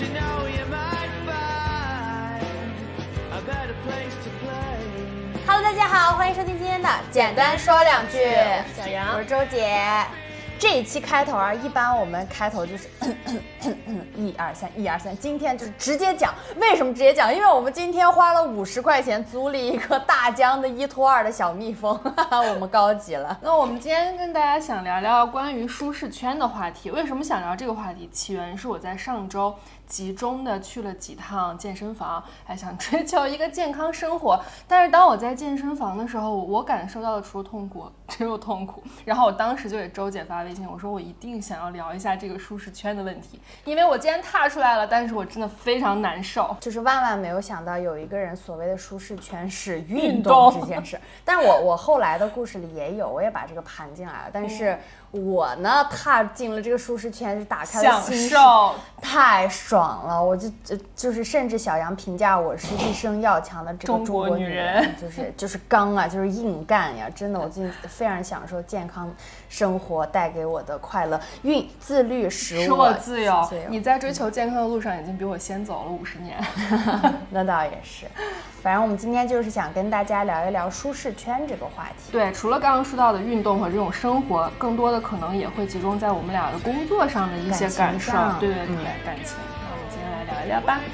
Hello， 大家好，欢迎收听今天的简单说两句。 小杨， 我是周姐。这一期开头啊，一般我们开头就是1、2、3，1、2、3。今天就是直接讲，为什么直接讲？因为我们今天花了50块钱租了一个大疆的1拖2的小蜜蜂，我们高级了。 那我们今天跟大家想聊聊关于舒适圈的话题。为什么想聊这个话题？起源是我在上周集中的去了几趟健身房，还想追求一个健康生活。但是当我在健身房的时候，我感受到的除了痛苦，只有痛苦。然后我当时就给周姐发微信，我说我一定想要聊一下这个舒适圈的问题，因为我既然踏出来了，但是我真的非常难受。 就是万万没有想到有一个人所谓的舒适圈是运动这件事。但我后来的故事里也有，我也把这个盘进来了。但是我呢，踏进了这个舒适圈，是打开了心事，太爽了！我就是甚至小杨评价我是一生要强的这个中国女人，就是刚啊，就是硬干呀！真的，我最近非常享受健康生活带给我的快乐。自律使我自由。你在追求健康的路上已经比我先走了50年。 那倒也是。反正我们今天就是想跟大家聊一聊舒适圈这个话题。 对，除了刚刚说到的运动和这种生活，更多的可能也会集中在我们俩的工作上的一些感受。对，感情。那我们今天来聊一聊吧。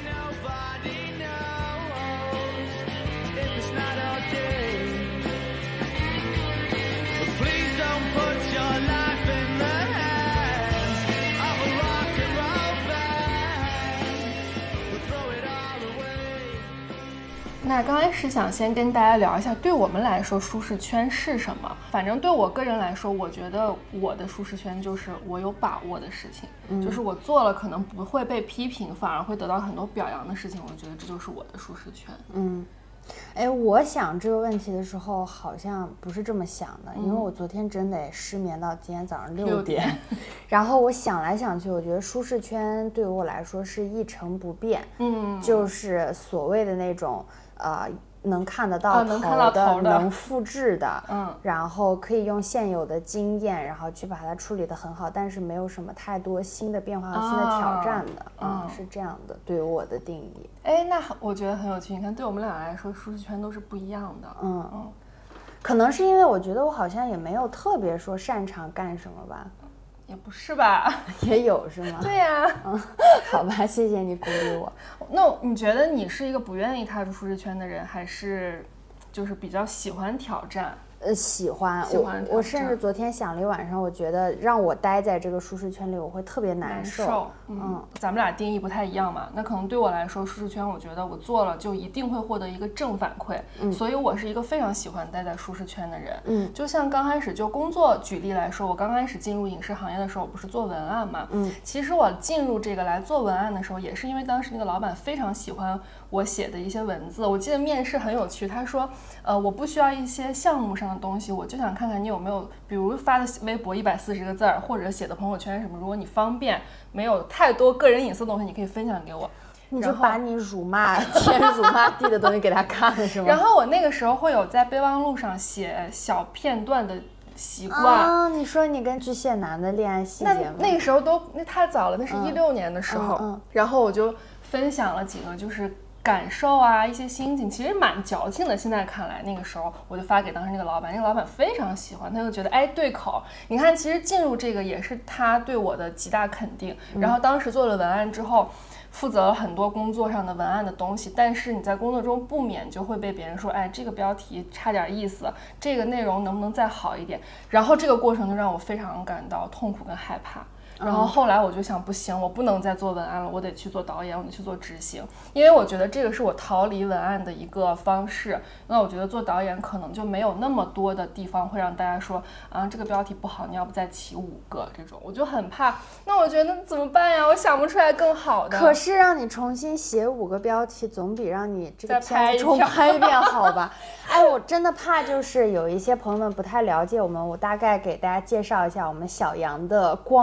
那刚开始想先跟大家聊一下，对我们来说舒适圈是什么。反正对我个人来说，我觉得我的舒适圈就是我有把握的事情，就是我做了可能不会被批评，反而会得到很多表扬的事情，我觉得这就是我的舒适圈。 我想这个问题的时候好像不是这么想的，因为我昨天真的失眠到今天早上6点，然后我想来想去，我觉得舒适圈对我来说是一成不变，就是所谓的那种能看得到头的，能复制的，然后可以用现有的经验，然后去把它处理得很好，但是没有什么太多新的变化和新的挑战的，是这样的，对于我的定义。 那我觉得很有趣。你看，对我们俩来说，舒适圈都是不一样的。 可能是因为我觉得我好像也没有特别说擅长干什么吧。 也不是吧？ 也有是吗？ 对呀。 好吧，谢谢你鼓励我。 那你觉得你是一个不愿意踏出舒适圈的人，还是就是比较喜欢挑战？ 喜欢。我甚至昨天想了一晚上，我觉得让我待在这个舒适圈里，我会特别难受。 咱们俩定义不太一样嘛。那可能对我来说，舒适圈，我觉得我做了就一定会获得一个正反馈，所以我是一个非常喜欢待在舒适圈的人。就像刚开始就工作举例来说，我刚开始进入影视行业的时候，我不是做文案嘛。其实我进入这个来做文案的时候，也是因为当时那个老板非常喜欢我写的一些文字。我记得面试很有趣，他说，我不需要一些项目上的东西，我就想看看你有没有，比如发的微博140个字，或者写的朋友圈什么，如果你方便，没有太多个人隐私的东西，你可以分享给我。 你就把你辱骂地的东西给他看了是吗？ 然后我那个时候会有在备忘录上写小片段的习惯。 你说你跟巨蟹男的恋爱细节吗？ 那个时候那太早了，那是16年的时候。然后我就分享了几个就是感受啊，一些心情，其实蛮矫情的。现在看来，那个时候我就发给当时那个老板，那个老板非常喜欢，他就觉得对口。你看，其实进入这个也是他对我的极大肯定。然后当时做了文案之后，负责了很多工作上的文案的东西，但是你在工作中不免就会被别人说，这个标题差点意思，这个内容能不能再好一点？然后这个过程就让我非常感到痛苦跟害怕。然后后来我就想，不行，我不能再做文案了，我得去做导演，我得去做执行，因为我觉得这个是我逃离文案的一个方式。那我觉得做导演可能就没有那么多的地方会让大家说这个标题不好，你要不再起5个这种，我就很怕。那我觉得怎么办呀？我想不出来更好的。 可是让你重新写5个标题，总比让你这个片子重拍一遍好吧？我真的怕就是有一些朋友们不太了解我们，我大概给大家介绍一下我们小杨的光荣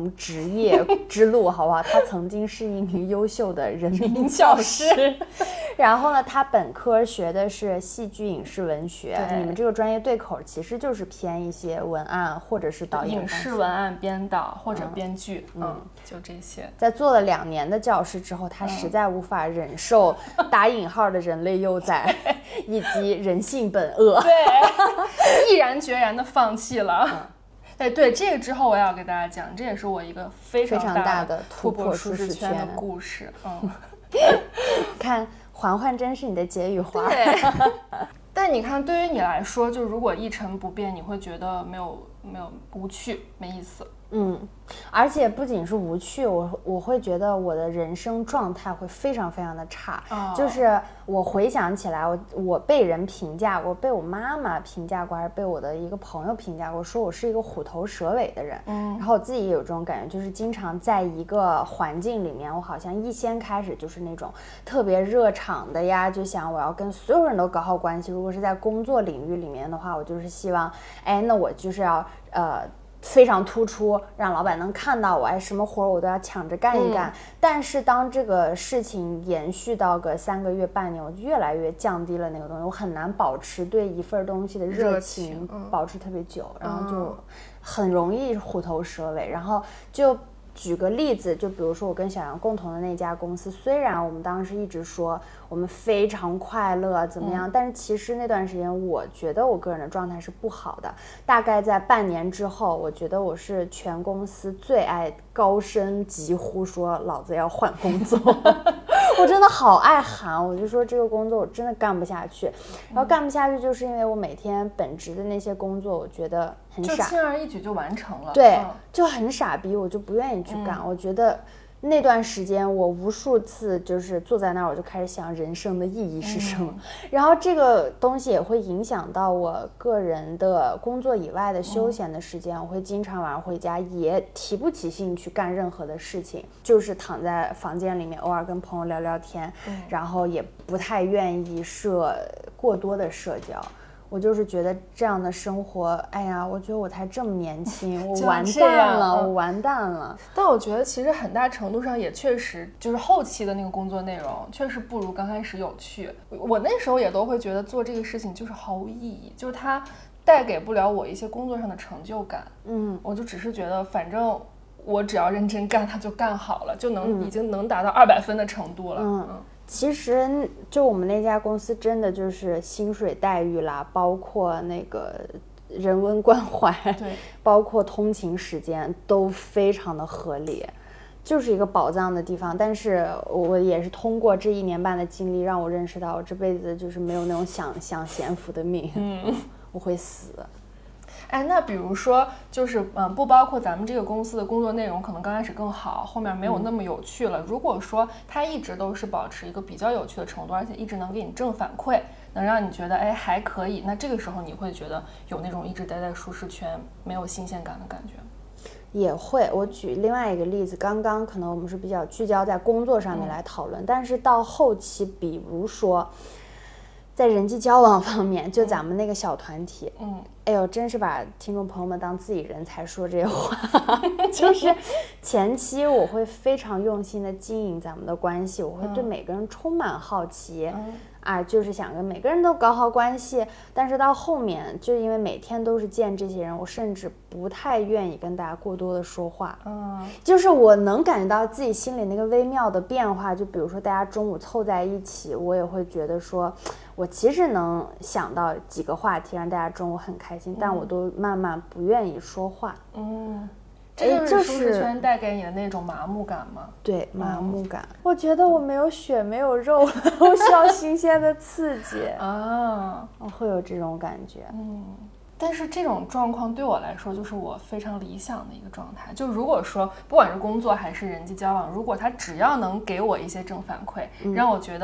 同职业之路，好不好？他曾经是一名优秀的人民教师。然后呢，他本科学的是戏剧影视文学，你们这个专业对口其实就是偏一些文案或者是导演、 影视文案编导或者编剧，就这些。 在做了2年的教师之后，他实在无法忍受打引号的人类幼崽以及人性本恶， 对，毅然决然的放弃了。对，这个之后我也要给大家讲，这也是我一个非常大的突破舒适圈的故事。 看环环真是你的解语花。 但你看，对于你来说，就如果一成不变，你会觉得没有无趣，没意思。 而且不仅是无趣，我会觉得我的人生状态会非常非常的差。就是我回想起来，我被人评价过，被我妈妈评价过，还是被我的一个朋友评价过，说我是一个虎头蛇尾的人。然后我自己也有这种感觉，就是经常在一个环境里面，我好像一先开始就是那种特别热场的呀，就想我要跟所有人都搞好关系。如果是在工作领域里面的话，我就是希望，那我就是要非常突出，让老板能看到我，什么活我都要抢着干一干。但是当这个事情延续到个3个月、半年，我就越来越降低了那个东西，我很难保持对一份东西的热情保持特别久，然后就很容易虎头蛇尾。然后就举个例子，就比如说我跟小杨共同的那家公司，虽然我们当时一直说我们非常快乐怎么样，但是其实那段时间我觉得我个人的状态是不好的。大概在半年之后，我觉得我是全公司最爱高声疾呼说老子要换工作。我真的好爱喊，我就说这个工作我真的干不下去。然后干不下去就是因为我每天本职的那些工作我觉得很傻， 就轻而易举就完成了。 对，就很傻逼，我就不愿意去干。我觉得那段时间我无数次就是坐在那儿，我就开始想人生的意义是什么。然后这个东西也会影响到我个人的工作以外的休闲的时间。我会经常晚上回家也提不起兴趣干任何的事情，就是躺在房间里面偶尔跟朋友聊聊天，然后也不太愿意过多的社交。我就是觉得这样的生活，哎呀，我觉得我才这么年轻，我完蛋了，我完蛋了。 但我觉得其实很大程度上也确实就是后期的那个工作内容确实不如刚开始有趣。我那时候也都会觉得做这个事情就是毫无意义，就是它带给不了我一些工作上的成就感。我就只是觉得反正我只要认真干，它就干好了，就已经能达到200分的程度了。 其实就我们那家公司真的就是薪水待遇啦，包括那个人文关怀， 对， 包括通勤时间都非常的合理，就是一个宝藏的地方。但是我也是通过这1年半的经历，让我认识到我这辈子就是没有那种享闲福的命。我会死。 那比如说就是不包括咱们这个公司的工作内容可能刚开始更好，后面没有那么有趣了。如果说它一直都是保持一个比较有趣的程度，而且一直能给你正反馈，能让你觉得还可以，那这个时候你会觉得有那种一直待在舒适圈没有新鲜感的感觉？ 也会。我举另外一个例子，刚刚可能我们是比较聚焦在工作上面来讨论，但是到后期比如说在人际交往方面，就咱们那个小团体，哎呦，真是把听众朋友们当自己人才说这些话。就是前期我会非常用心的经营咱们的关系，我会对每个人充满好奇，就是想跟每个人都搞好关系。但是到后面，就因为每天都是见这些人，我甚至不太愿意跟大家过多的说话。就是我能感觉到自己心里那个微妙的变化。就比如说大家中午凑在一起，我也会觉得说我其实能想到几个话题让大家中午很开心，但我都慢慢不愿意说话。 这就是舒适圈带给你的那种麻木感吗？ 对，麻木感。我觉得我没有血没有肉了，我需要新鲜的刺激我会有这种感觉。 但是这种状况对我来说就是我非常理想的一个状态。就如果说不管是工作还是人际交往，如果它只要能给我一些正反馈，让我觉得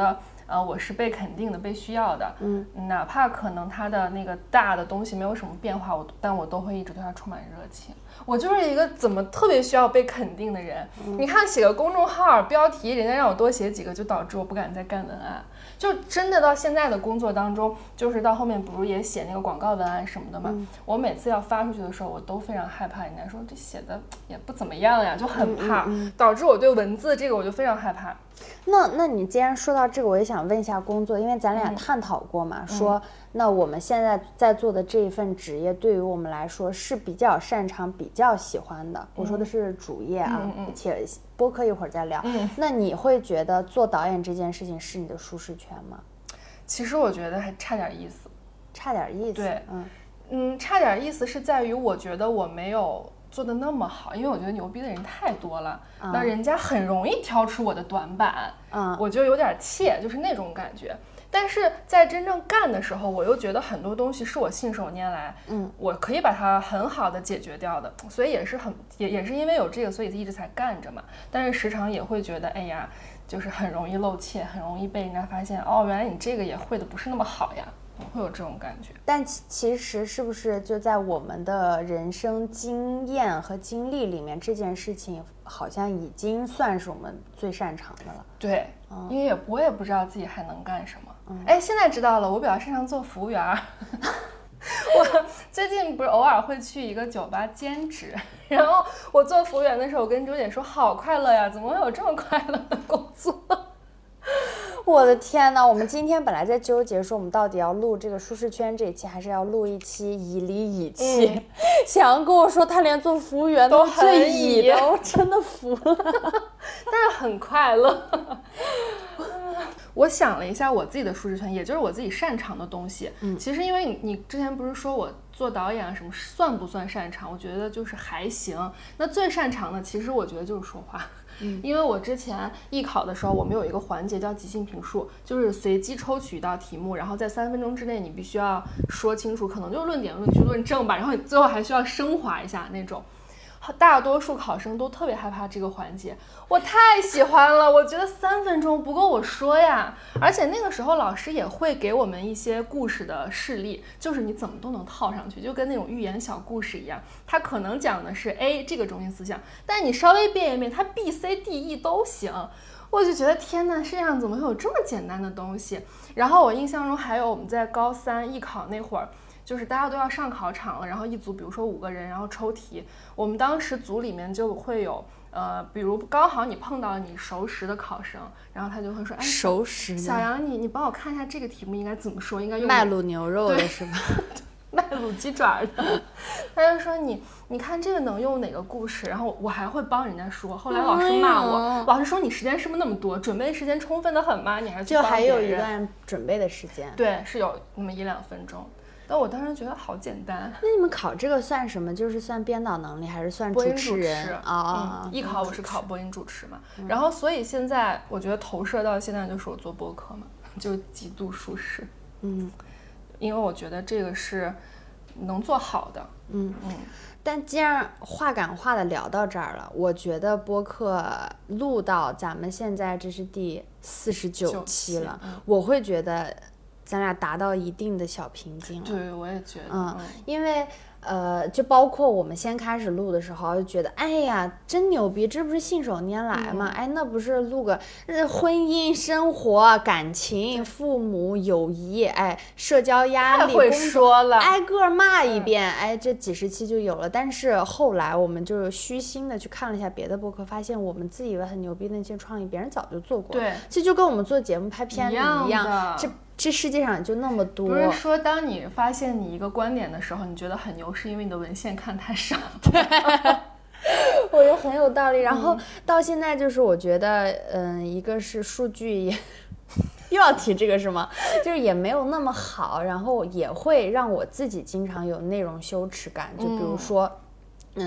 我是被肯定的，被需要的，哪怕可能他的那个大的东西没有什么变化，但我都会一直对他充满热情。我就是一个怎么特别需要被肯定的人。你看写个公众号标题，人家让我多写几个，就导致我不敢再干文案。就真的到现在的工作当中，就是到后面不是也写那个广告文案什么的嘛，我每次要发出去的时候，我都非常害怕人家说这写的也不怎么样呀，就很怕，导致我对文字这个我就非常害怕。 那你既然说到这个，我也想问一下工作，因为咱俩探讨过嘛，说那我们现在在做的这一份职业，对于我们来说是比较擅长、比较喜欢的。我说的是主业啊，且播客一会儿再聊。那你会觉得做导演这件事情是你的舒适圈吗？ 其实我觉得还差点意思。 差点意思。 对，差点意思是在于我觉得我没有做的那么好，因为我觉得牛逼的人太多了，那人家很容易挑出我的短板，我就有点怯，就是那种感觉。但是在真正干的时候，我又觉得很多东西是我信手拈来，我可以把它很好的解决掉的，所以也是因为有这个，所以一直才干着嘛。但是时常也会觉得，哎呀，就是很容易露怯，很容易被人家发现，哦，原来你这个也会的不是那么好呀。会有这种感觉。 但其实是不是就在我们的人生经验和经历里面，这件事情好像已经算是我们最擅长的了。 对，因为我也不知道自己还能干什么。哎，现在知道了，我比较擅长做服务员。我最近不是偶尔会去一个酒吧兼职，然后我做服务员的时候，我跟周姐说好快乐呀，怎么会有这么快乐的工作？ 我的天哪！我们今天本来在纠结说我们到底要录这个舒适圈这一期，还是要录一期以理以气。想要跟我说他连做服务员都最以的，我真的服了。 但是很快乐。我想了一下我自己的舒适圈，也就是我自己擅长的东西。其实因为你之前不是说我做导演啊什么算不算擅长？我觉得就是还行。那最擅长的其实我觉得就是说话。因为我之前艺考的时候，我们有一个环节叫即兴评述，就是随机抽取一道题目，然后在3分钟之内你必须要说清楚，可能就论点论据论证吧，然后你最后还需要升华一下那种。大多数考生都特别害怕这个环节，我太喜欢了，我觉得3分钟不够我说呀。而且那个时候老师也会给我们一些故事的事例，就是你怎么都能套上去，就跟那种寓言小故事一样，它可能讲的是 A 这个中心思想，但你稍微变一变，它 B C D E 都行。我就觉得天哪，世界上怎么会有这么简单的东西。然后我印象中还有我们在高3艺考那会儿，就是大家都要上考场了，然后一组比如说5个人，然后抽题，我们当时组里面就会有比如刚好你碰到了你熟识的考生，然后他就会说，哎， 熟识小杨，你帮我看一下这个题目应该怎么说，应该用麦卤牛肉的是吧？ 麦卤鸡爪的。他就说你看这个能用哪个故事，然后我还会帮人家说。后来老师骂我，老师说你时间是不是那么多，准备时间充分的很吗？你还去帮别人， 就还有一段准备的时间。 对，是有那么1-2分钟。但我当时觉得好简单。 那你们考这个算什么？就是算编导能力还是算主持人啊？ 艺考我是考播音主持嘛，然后所以现在我觉得投射到现在就是我做播客嘛，就极度舒适。因为我觉得这个是能做好的。 但既然话赶话的聊到这儿了，我觉得播客录到咱们现在这是第49期了，我会觉得咱俩达到一定的小瓶颈了。 对，我也觉得。 因为就包括我们先开始录的时候，就觉得哎呀真牛逼，这不是信手拈来吗？哎，那不是录个婚姻生活、感情、父母、友谊，哎，社交压力、 太会说了， 挨个骂一遍，哎，这几十期就有了。但是后来我们就虚心的去看了一下别的播客，发现我们自以为很牛逼的那些创意，别人早就做过。 对， 其实就跟我们做节目、拍片子一样， 这世界上就那么多。 不是说当你发现你一个观点的时候，你觉得很牛，是因为你的文献看太少。 对，我觉得很有道理。然后到现在就是我觉得，一个是数据也又要提这个是吗？就是也没有那么好，然后也会让我自己经常有内容羞耻感。就比如说，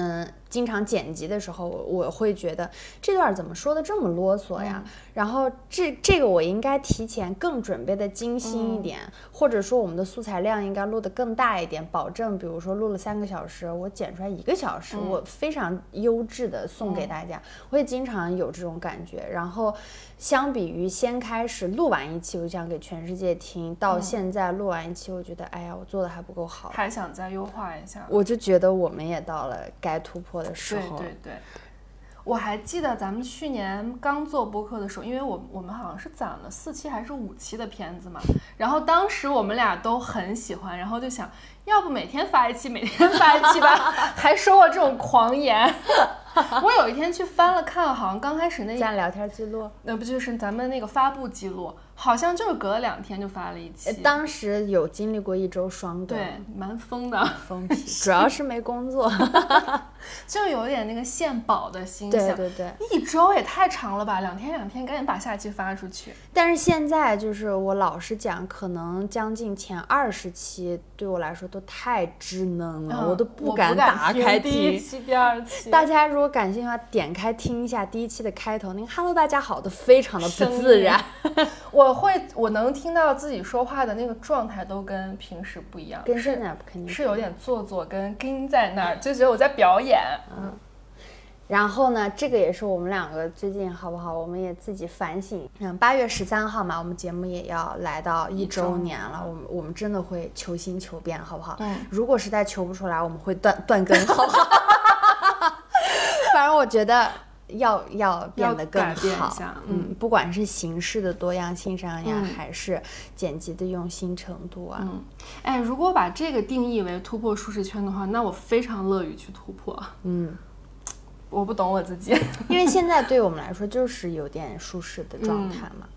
经常剪辑的时候，我会觉得这段怎么说的这么啰嗦呀？然后这个我应该提前更准备的精心一点，或者说我们的素材量应该录得更大一点，保证比如说录了3个小时，我剪出来1个小时，我非常优质的送给大家。我也经常有这种感觉。然后相比于先开始录完一期我想给全世界听，到现在录完一期我觉得哎呀我做的还不够好， 还想再优化一下， 我就觉得我们也到了该突破的时候。 对，我还记得咱们去年刚做播客的时候，因为我们好像是攒了4期还是5期的片子嘛，然后当时我们俩都很喜欢，然后就想要不每天发一期吧，还说过这种狂言。我有一天去翻了看，好像刚开始那咱聊天记录， 不就是咱们那个发布记录，好像就是隔了2天就发了1期。 当时有经历过1周双更， 对，蛮疯的， 疯批，主要是没工作， 就有点那个献宝的心想。 对 ，1周也太长了吧，2天，赶紧把下期发出去。 但是现在就是我老实讲，可能将近前20期对我来说都太稚嫩了，我都不敢打开听第1期、第2期。 大家如果感兴趣的话，点开听一下第1期的开头，那个 “Hello， 大家好”都非常的不自然。 我能听到自己说话的那个状态都跟平时不一样， 跟现在肯定是有点做作，跟跟在那儿，就觉得我在表演。 然后呢，这个也是我们2个最近好不好？我们也自己反省。8月13号嘛，我们节目也要来到1周年了，我们真的会求新求变，好不好？如果实在求不出来，我们会断更，好不好？反正我觉得要变得更好，不管是形式的多样性上呀，还是剪辑的用心程度啊。 如果把这个定义为突破舒适圈的话，那我非常乐于去突破。我不懂我自己， 因为现在对我们来说就是有点舒适的状态嘛。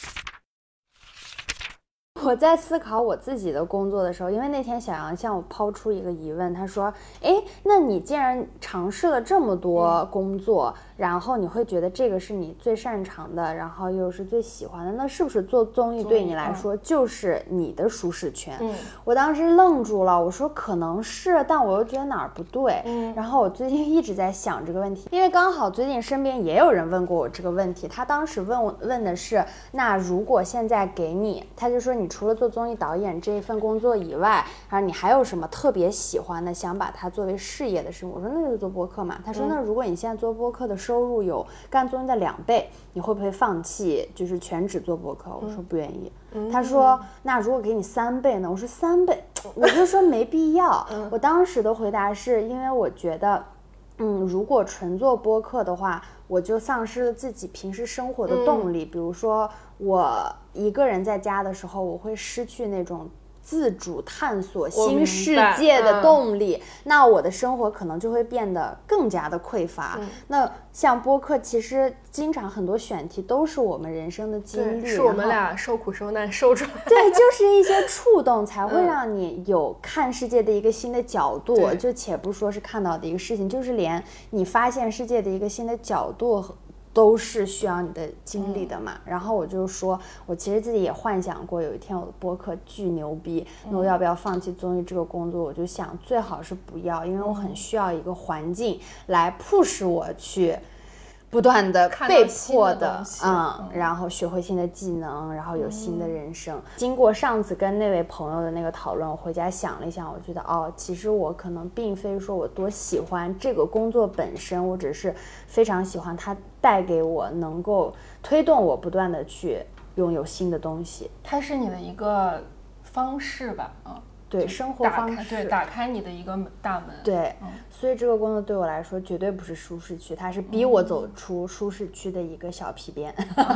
我在思考我自己的工作的时候，因为那天小杨向我抛出一个疑问，他说那你既然尝试了这么多工作，然后你会觉得这个是你最擅长的，然后又是最喜欢的，那是不是做综艺对你来说就是你的舒适圈？我当时愣住了，我说可能是，但我又觉得哪儿不对。然后我最近一直在想这个问题，因为刚好最近身边也有人问过我这个问题，他当时问的是，那如果现在给你，他就说你除了做综艺导演这一份工作以外，然后你还有什么特别喜欢的，想把它作为事业的事情？我说那就做播客嘛。他说那如果你现在做播客的收入有干综艺的2倍，你会不会放弃就是全职做播客？我说不愿意。他说那如果给你3倍呢？我说3倍，我就说没必要。我当时的回答是因为我觉得如果纯做播客的话，我就丧失了自己平时生活的动力。比如说我一个人在家的时候，我会失去那种自主探索新世界的动力，那我的生活可能就会变得更加的匮乏。那像播客其实经常很多选题都是我们人生的经历， 是我们俩受苦受难受出来的。 对，就是一些触动才会让你有看世界的一个新的角度。就且不说是看到的一个事情，就是连你发现世界的一个新的角度都是需要你的经历的嘛。然后我就说我其实自己也幻想过有一天我的播客巨牛逼，那我要不要放弃综艺这个工作？我就想最好是不要，因为我很需要一个环境来push我去不断的被迫的然后学会新的技能，然后有新的人生。经过上次跟那位朋友的那个讨论，我回家想了一想，我觉得其实我可能并非说我多喜欢这个工作本身，我只是非常喜欢它带给我能够推动我不断的去拥有新的东西。 它是你的一个方式吧， 对，生活方式， 对，打开你的一个大门。 对，所以这个工作对我来说绝对不是舒适区，它是逼我走出舒适区的一个小皮鞭。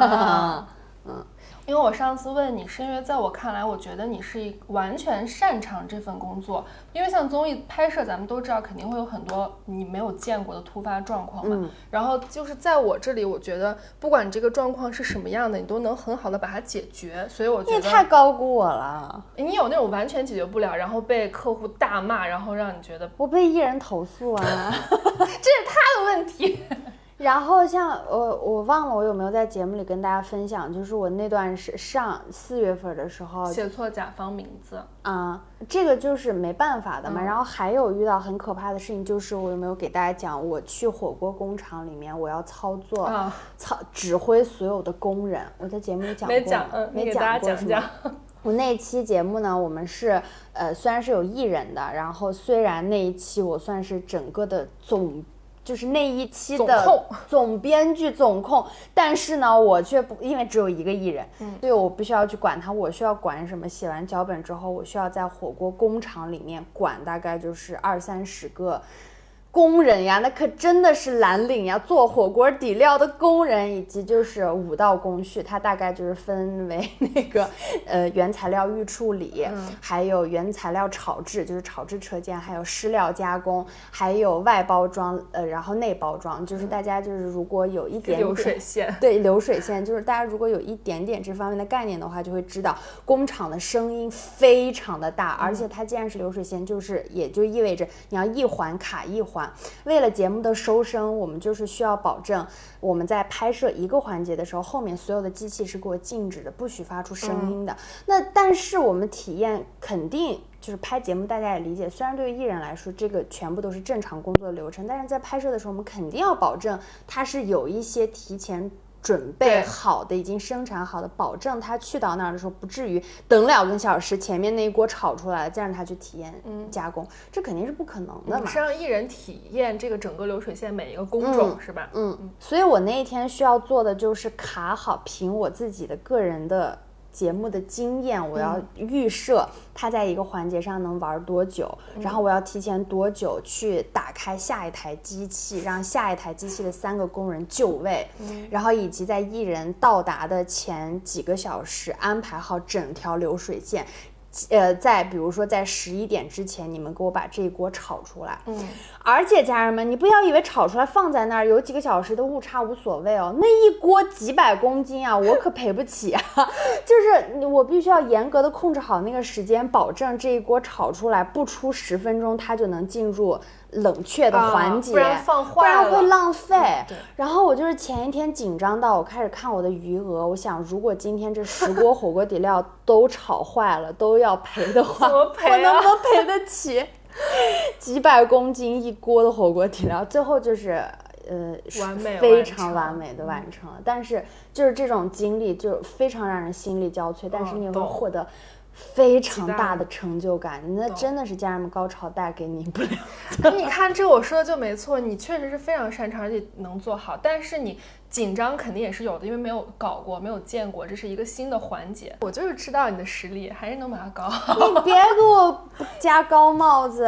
因为我上次问你是因为在我看来我觉得你是完全擅长这份工作，因为像综艺拍摄咱们都知道肯定会有很多你没有见过的突发状况嘛，然后就是在我这里我觉得不管这个状况是什么样的你都能很好的把它解决，所以我觉得你也太高估我了。 你有那种完全解决不了然后被客户大骂然后让你觉得我被艺人投诉啊这是他的问题然后像我忘了我有没有在节目里跟大家分享，就是我那段是上4月份的时候写错甲方名字啊，这个就是没办法的嘛。然后还有遇到很可怕的事情，就是我有没有给大家讲，我去火锅工厂里面，我要操作指挥所有的工人，我在节目里讲过，没讲过是吗？我那一期节目呢，我们是虽然是有艺人的，然后虽然那一期我算是整个的就是那一期的总编剧总控，但是呢，我却不，因为只有一个艺人，所以我必须要去管他。我需要管什么？写完脚本之后，我需要在火锅工厂里面管大概就是20-30个工人呀，那可真的是蓝领呀，做火锅底料的工人，以及就是5道工序，它大概就是分为那个原材料预处理，还有原材料炒制，就是炒制车间，还有湿料加工，还有外包装，然后内包装，就是大家就是如果有一点点流水线， 对，流水线，就是大家如果有一点点这方面的概念的话，就会知道工厂的声音非常的大，而且它既然是流水线，就是也就意味着你要一环卡一环。为了节目的收声，我们就是需要保证我们在拍摄一个环节的时候，后面所有的机器是给我静止的，不许发出声音的。那但是我们体验肯定就是拍节目，大家也理解，虽然对于艺人来说这个全部都是正常工作的流程，但是在拍摄的时候我们肯定要保证它是有一些提前准备好的，已经生产好的，保证他去到那儿的时候不至于等2个小时，前面那一锅炒出来了，再让他去体验加工，这肯定是不可能的嘛。 是让艺人体验这个整个流水线每一个工种，是吧？ 所以我那一天需要做的就是卡好，凭我自己的个人的节目的经验，我要预设他在一个环节上能玩多久，然后我要提前多久去打开下一台机器，让下一台机器的3个工人就位，然后以及在艺人到达的前几个小时安排好整条流水线。在比如说在11点之前，你们给我把这一锅炒出来。而且家人们，你不要以为炒出来放在那儿有几个小时的误差无所谓哦，那一锅几百公斤啊，我可赔不起啊！就是我必须要严格的控制好那个时间，保证这一锅炒出来不出10分钟，它就能进入冷却的环节， 不然放坏了， 不然会浪费。然后我就是前一天紧张到我开始看我的余额，我想如果今天这10锅火锅底料都炒坏了，都要赔的话， 怎么赔啊？ 我能不能赔得起？几百公斤一锅的火锅底料，最后就是非常完美的完成了。但是就是这种经历就非常让人心力交瘁，但是你会获得非常大的成就感，那真的是家人们高潮带给你不了的。 你看这我说的就没错，你确实是非常擅长而且能做好，但是你紧张肯定也是有的，因为没有搞过，没有见过，这是一个新的环节。我就是知道你的实力，还是能把它搞好。 你别给我加高帽子。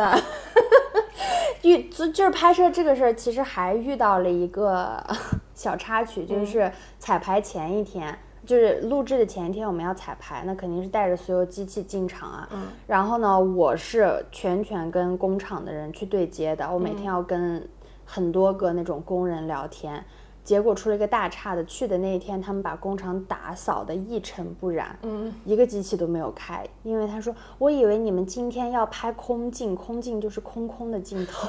就是拍摄这个事儿，其实还遇到了一个小插曲，就是彩排前一天。就是录制的前一天我们要彩排，那肯定是带着所有机器进场啊。然后呢，我是全跟工厂的人去对接的，我每天要跟很多个那种工人聊天。结果出了一个大岔的，去的那一天他们把工厂打扫的一尘不染，一个机器都没有开，因为他说我以为你们今天要拍空镜，空镜就是空空的镜头。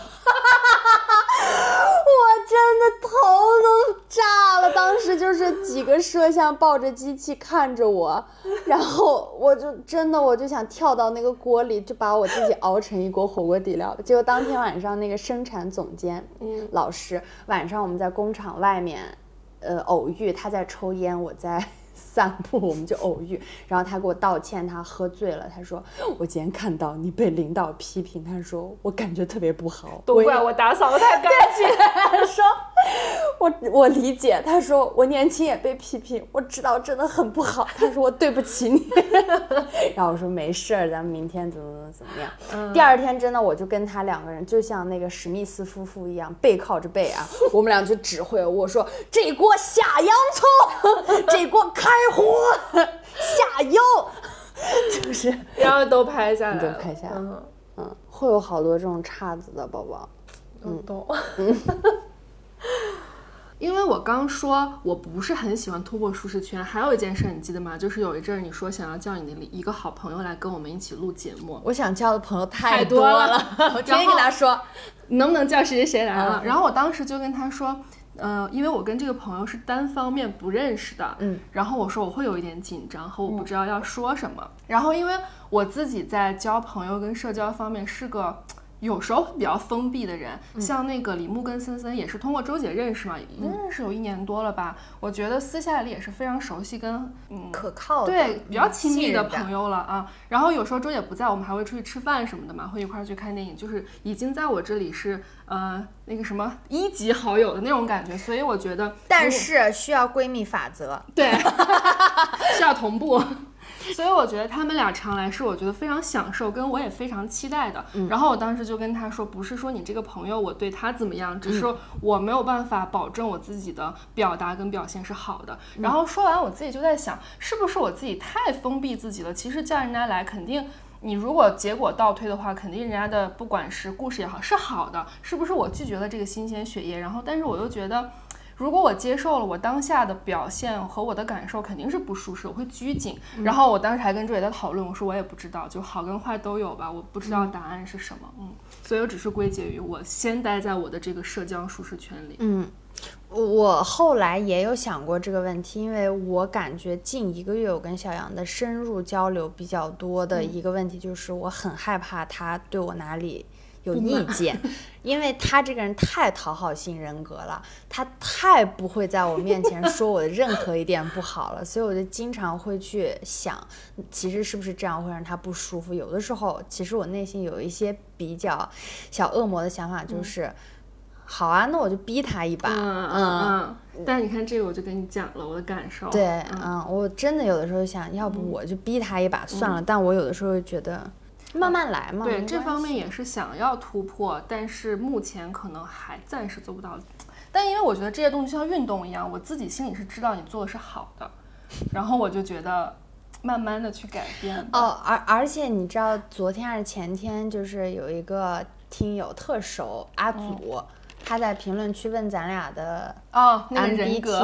我真的头都炸了，当时就是几个摄像抱着机器看着我，然后我就想跳到那个锅里，就把我自己熬成一锅火锅底料。结果当天晚上那个生产总监老师，晚上我们在工厂外面偶遇，他在抽烟，我在散步，我们就偶遇，然后他给我道歉，他喝醉了，他说我今天看到你被领导批评，他说我感觉特别不好， 都怪我打扫的太干净。 他说我理解，他说我年轻也被批评，我知道真的很不好，他说我对不起你。然后我说没事儿，咱们明天怎么样。第二天真的我就跟他2个人就像那个史密斯夫妇一样，背靠着背啊，我们俩就指挥，我说这锅下洋葱，这锅开火下油，就是然后都拍下来， 都拍下来。会有好多这种岔子的宝宝。 懂。因为我刚说我不是很喜欢突破舒适圈，还有一件事你记得吗？就是有一阵你说想要叫你的一个好朋友来跟我们一起录节目。 我想叫的朋友太多了，我天天跟他说能不能叫谁来了。然后我当时就跟他说， 因为我跟这个朋友是单方面不认识的，然后我说我会有一点紧张和我不知道要说什么，然后因为我自己在交朋友跟社交方面是个有时候比较封闭的人，像那个李牧跟森森也是通过周姐认识嘛，已经认识有1年多了吧，我觉得私下里也是非常熟悉跟可靠的， 对，比较亲密的朋友了啊。然后有时候周姐不在，我们还会出去吃饭什么的嘛，会一块去看电影，就是已经在我这里是那个什么1级好友的那种感觉，所以我觉得， 但是需要闺蜜法则， 对，需要同步。所以我觉得他们俩常来是我觉得非常享受，跟我也非常期待的。然后我当时就跟他说，不是说你这个朋友我对他怎么样，只是说我没有办法保证我自己的表达跟表现是好的。然后说完我自己就在想，是不是我自己太封闭自己了？其实叫人家来肯定。你如果结果倒推的话，肯定人家的不管是故事也好是好的，是不是我拒绝了这个新鲜血液？然后但是我又觉得如果我接受了，我当下的表现和我的感受肯定是不舒适，我会拘谨。然后我当时还跟周姐在讨论，我说我也不知道，就好跟坏都有吧，我不知道答案是什么。所以我只是归结于我先待在我的这个社交舒适圈里。 我后来也有想过这个问题，因为我感觉近1个月我跟小杨的深入交流比较多的一个问题就是我很害怕他对我哪里有意见，因为他这个人太讨好型人格了，他太不会在我面前说我的任何一点不好了，所以我就经常会去想，其实是不是这样会让他不舒服。有的时候其实我内心有一些比较小恶魔的想法，就是好啊，那我就逼他一把。 但是你看这个我就跟你讲了我的感受。 对，我真的有的时候想要不我就逼他一把算了，但我有的时候觉得慢慢来嘛。 对，这方面也是想要突破，但是目前可能还暂时做不到。但因为我觉得这些东西像运动一样，我自己心里是知道你做的是好的，然后我就觉得慢慢的去改变。 而且你知道昨天还是前天，就是有一个听友特熟阿祖，他在评论区问咱俩的那个人格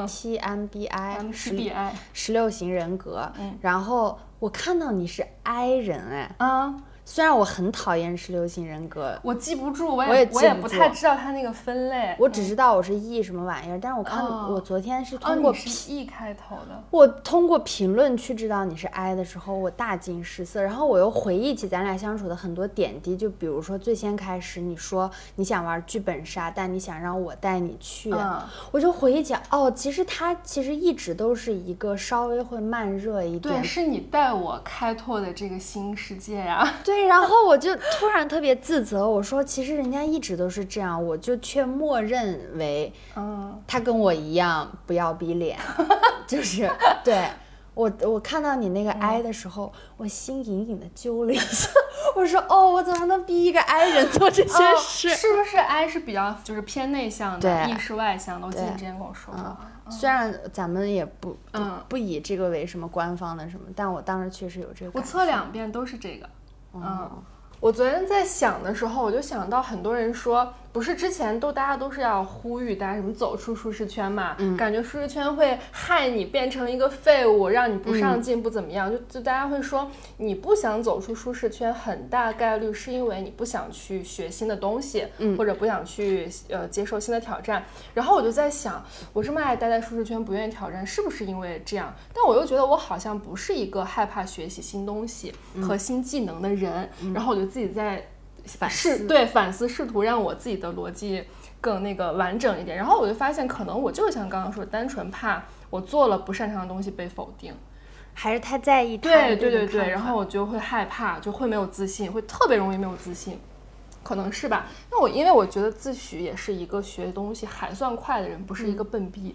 TMBI 16型人格，然后我看到你是 I 人虽然我很讨厌16型人格， 我记不住，我也不太知道它那个分类， 我只知道我是 E 什么玩意儿，但是我看我昨天是通过你是 E 开头的， 我通过评论区知道你是 I 的时候，我大惊失色，然后我又回忆起咱俩相处的很多点滴，就比如说最先开始你说你想玩剧本杀，但你想让我带你去，我就回忆起他其实一直都是一个稍微会慢热一点， 对，是你带我开拓的这个新世界呀。 对，然后我就突然特别自责，我说其实人家一直都是这样，我就却默认为他跟我一样不要逼脸就是对我看到你那个 I 的时候，我心隐隐的揪了一下我说我怎么能逼一个 I 人做这些事， 是不是 I 是比较就是偏内向的，E 是外向的，我记得你之前跟我说过。 虽然咱们也不以这个为什么官方的什么，但我当时确实有这个感受。 我测2遍都是这个。我昨天在想的时候，我就想到很多人说，不是之前大家都是要呼吁大家什么走出舒适圈嘛，感觉舒适圈会害你变成一个废物，让你不上进不怎么样，就大家会说你不想走出舒适圈，很大概率是因为你不想去学新的东西，或者不想去接受新的挑战。然后我就在想，我这么爱待在舒适圈不愿意挑战，是不是因为这样？但我又觉得我好像不是一个害怕学习新东西和新技能的人，然后我就自己在反思，试图让我自己的逻辑更那个完整一点。然后我就发现，可能我就是像刚刚说，单纯怕我做了不擅长的东西被否定， 还是太在意他的对，然后我就会害怕，就会没有自信，会特别容易没有自信，可能是吧。那因为我觉得自诩也是一个学东西还算快的人，不是一个笨逼。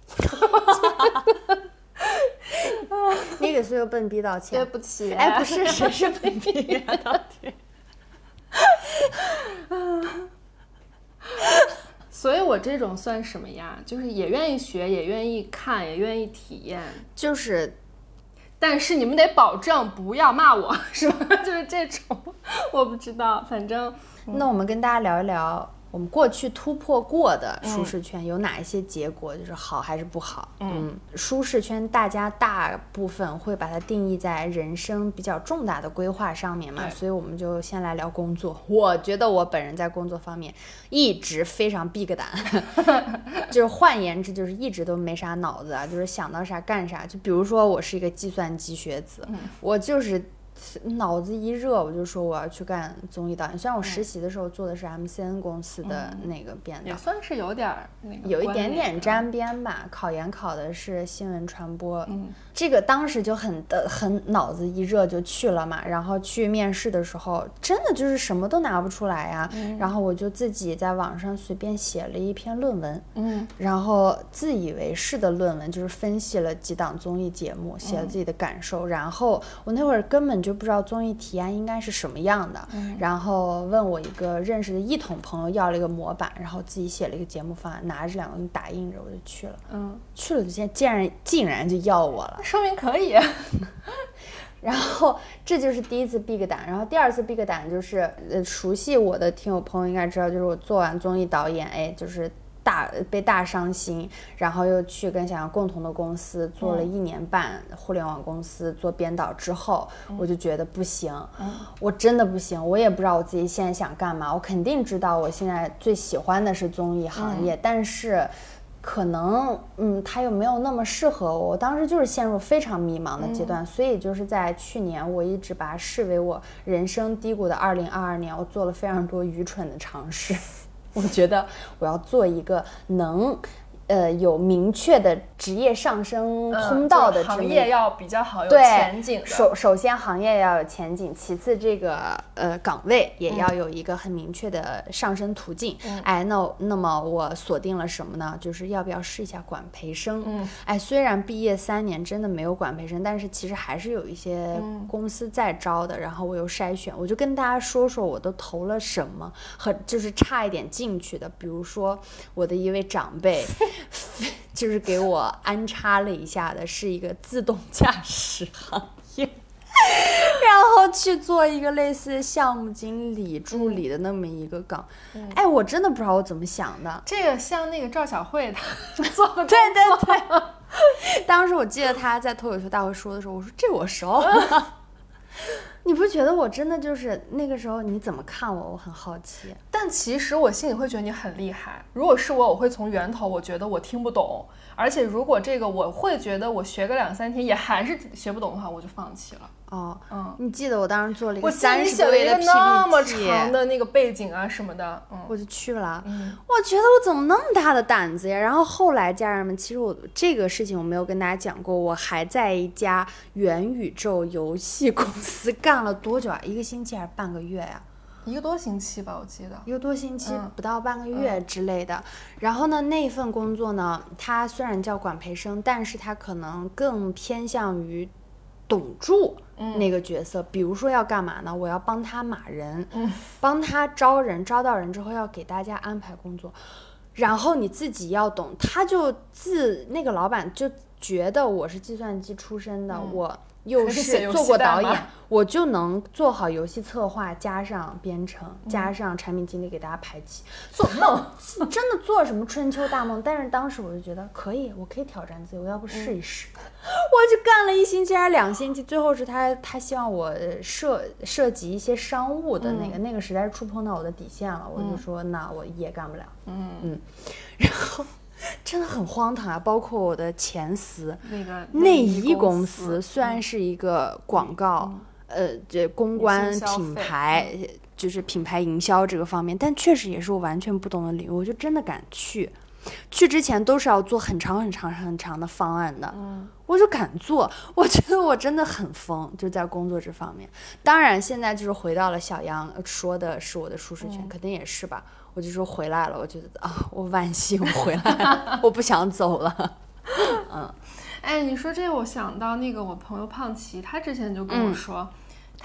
你给所有笨逼道歉。 对不起。 不是，谁是笨逼呀？到底。 所以我这种算什么呀？就是也愿意学，也愿意看，也愿意体验，但是你们得保证不要骂我，是吧？就是这种，我不知道，反正。 那我们跟大家聊一聊我们过去突破过的舒适圈有哪一些结果，就是好还是不好。舒适圈大家大部分会把它定义在人生比较重大的规划上面嘛，所以我们就先来聊工作。我觉得我本人在工作方面一直非常闭个胆就是换言之就是一直都没啥脑子啊，就是想到啥干啥。就比如说我是一个计算机学子，我就是脑子一热我就说我要去干综艺导演。虽然我实习的时候做的是 MCN 公司的那个编导， 也算是有点那个有一点点沾边吧。考研考的是新闻传播，这个当时就很脑子一热就去了嘛。然后去面试的时候真的就是什么都拿不出来呀，然后我就自己在网上随便写了一篇论文，然后自以为是的论文，就是分析了几档综艺节目，写了自己的感受。然后我那会儿根本就不知道综艺提案应该是什么样的，然后问我一个认识的一统朋友要了一个模板，然后自己写了一个节目方案，拿着2个打印着我就去了。去了就竟然就要我了， 说明可以然后这就是第一次闭个胆。然后第二次闭个胆就是熟悉我的听友朋友应该知道，就是我做完综艺导演，就是被大伤心，然后又去跟小杨共同的公司做了1年半互联网公司做编导之后，我就觉得不行，我真的不行，我也不知道我自己现在想干嘛。我肯定知道我现在最喜欢的是综艺行业，但是可能它又没有那么适合我。我当时就是陷入非常迷茫的阶段，所以就是在去年我一直把它视为我人生低谷的2022年，我做了非常多愚蠢的尝试。我觉得我要做一个能有明确的职业上升通道的行业要比较好，有前景的。 首先行业要有前景，其次这个岗位也要有一个很明确的上升途径。那么我锁定了什么呢？就是要不要试一下管培生。虽然毕业3年真的没有管培生，但是其实还是有一些公司在招的。然后我又筛选，我就跟大家说说我都投了什么，和就是差一点进去的。比如说我的一位长辈就是给我安插了一下的是一个自动驾驶行业，然后去做一个类似项目经理助理的那么一个岗。我真的不知道我怎么想的。 这个像那个赵小慧她做的对当时我记得她在脱口秀大会说的时候，我说这我熟你不觉得我真的就是那个时候你怎么看我？我很好奇。 但其实我心里会觉得你很厉害。如果是我会从源头，我觉得我听不懂，而且如果这个我会觉得我学个2-3天也还是学不懂的话，我就放弃了。 你记得我当时做了一个 30 多页的 PPT， 那么长的那个背景啊什么的， 我就去了。我觉得我怎么那么大的胆子呀？然后后来家人们，其实我这个事情我没有跟大家讲过，我还在一家元宇宙游戏公司干了多久啊？1个星期还是半个月呀 ？1个多星期吧，我记得1 个多星期，不到半个月之类的。然后呢，那份工作呢，它虽然叫管培生，但是它可能更偏向于董助那个角色。比如说要干嘛呢？我要帮他码人，帮他招人，招到人之后要给大家安排工作，然后你自己要懂。他就那个老板就觉得我是计算机出身的，我又是做过导演，我就能做好游戏策划，加上编程，加上产品经理给大家排期，做梦真的做什么春秋大梦。但是当时我就觉得可以，我可以挑战自己，我要不试一试。我就干了1星期还是2星期，最后是他希望我涉及一些商务的那个实在是触碰到我的底线了，我就说那我也干不了。然后真的很荒唐啊！包括我的前司内衣公司，虽然是一个广告，这公关品牌，就是品牌营销这个方面，但确实也是我完全不懂的领域，我就真的敢去。去之前都是要做很长的方案的，我就敢做。我觉得我真的很疯，就在工作这方面。当然现在就是回到了小杨说的是我的舒适圈，肯定也是吧。我就说回来了，我觉得我惋惜我回来了我不想走了。 你说这个我想到那个我朋友胖琪，他之前就跟我说，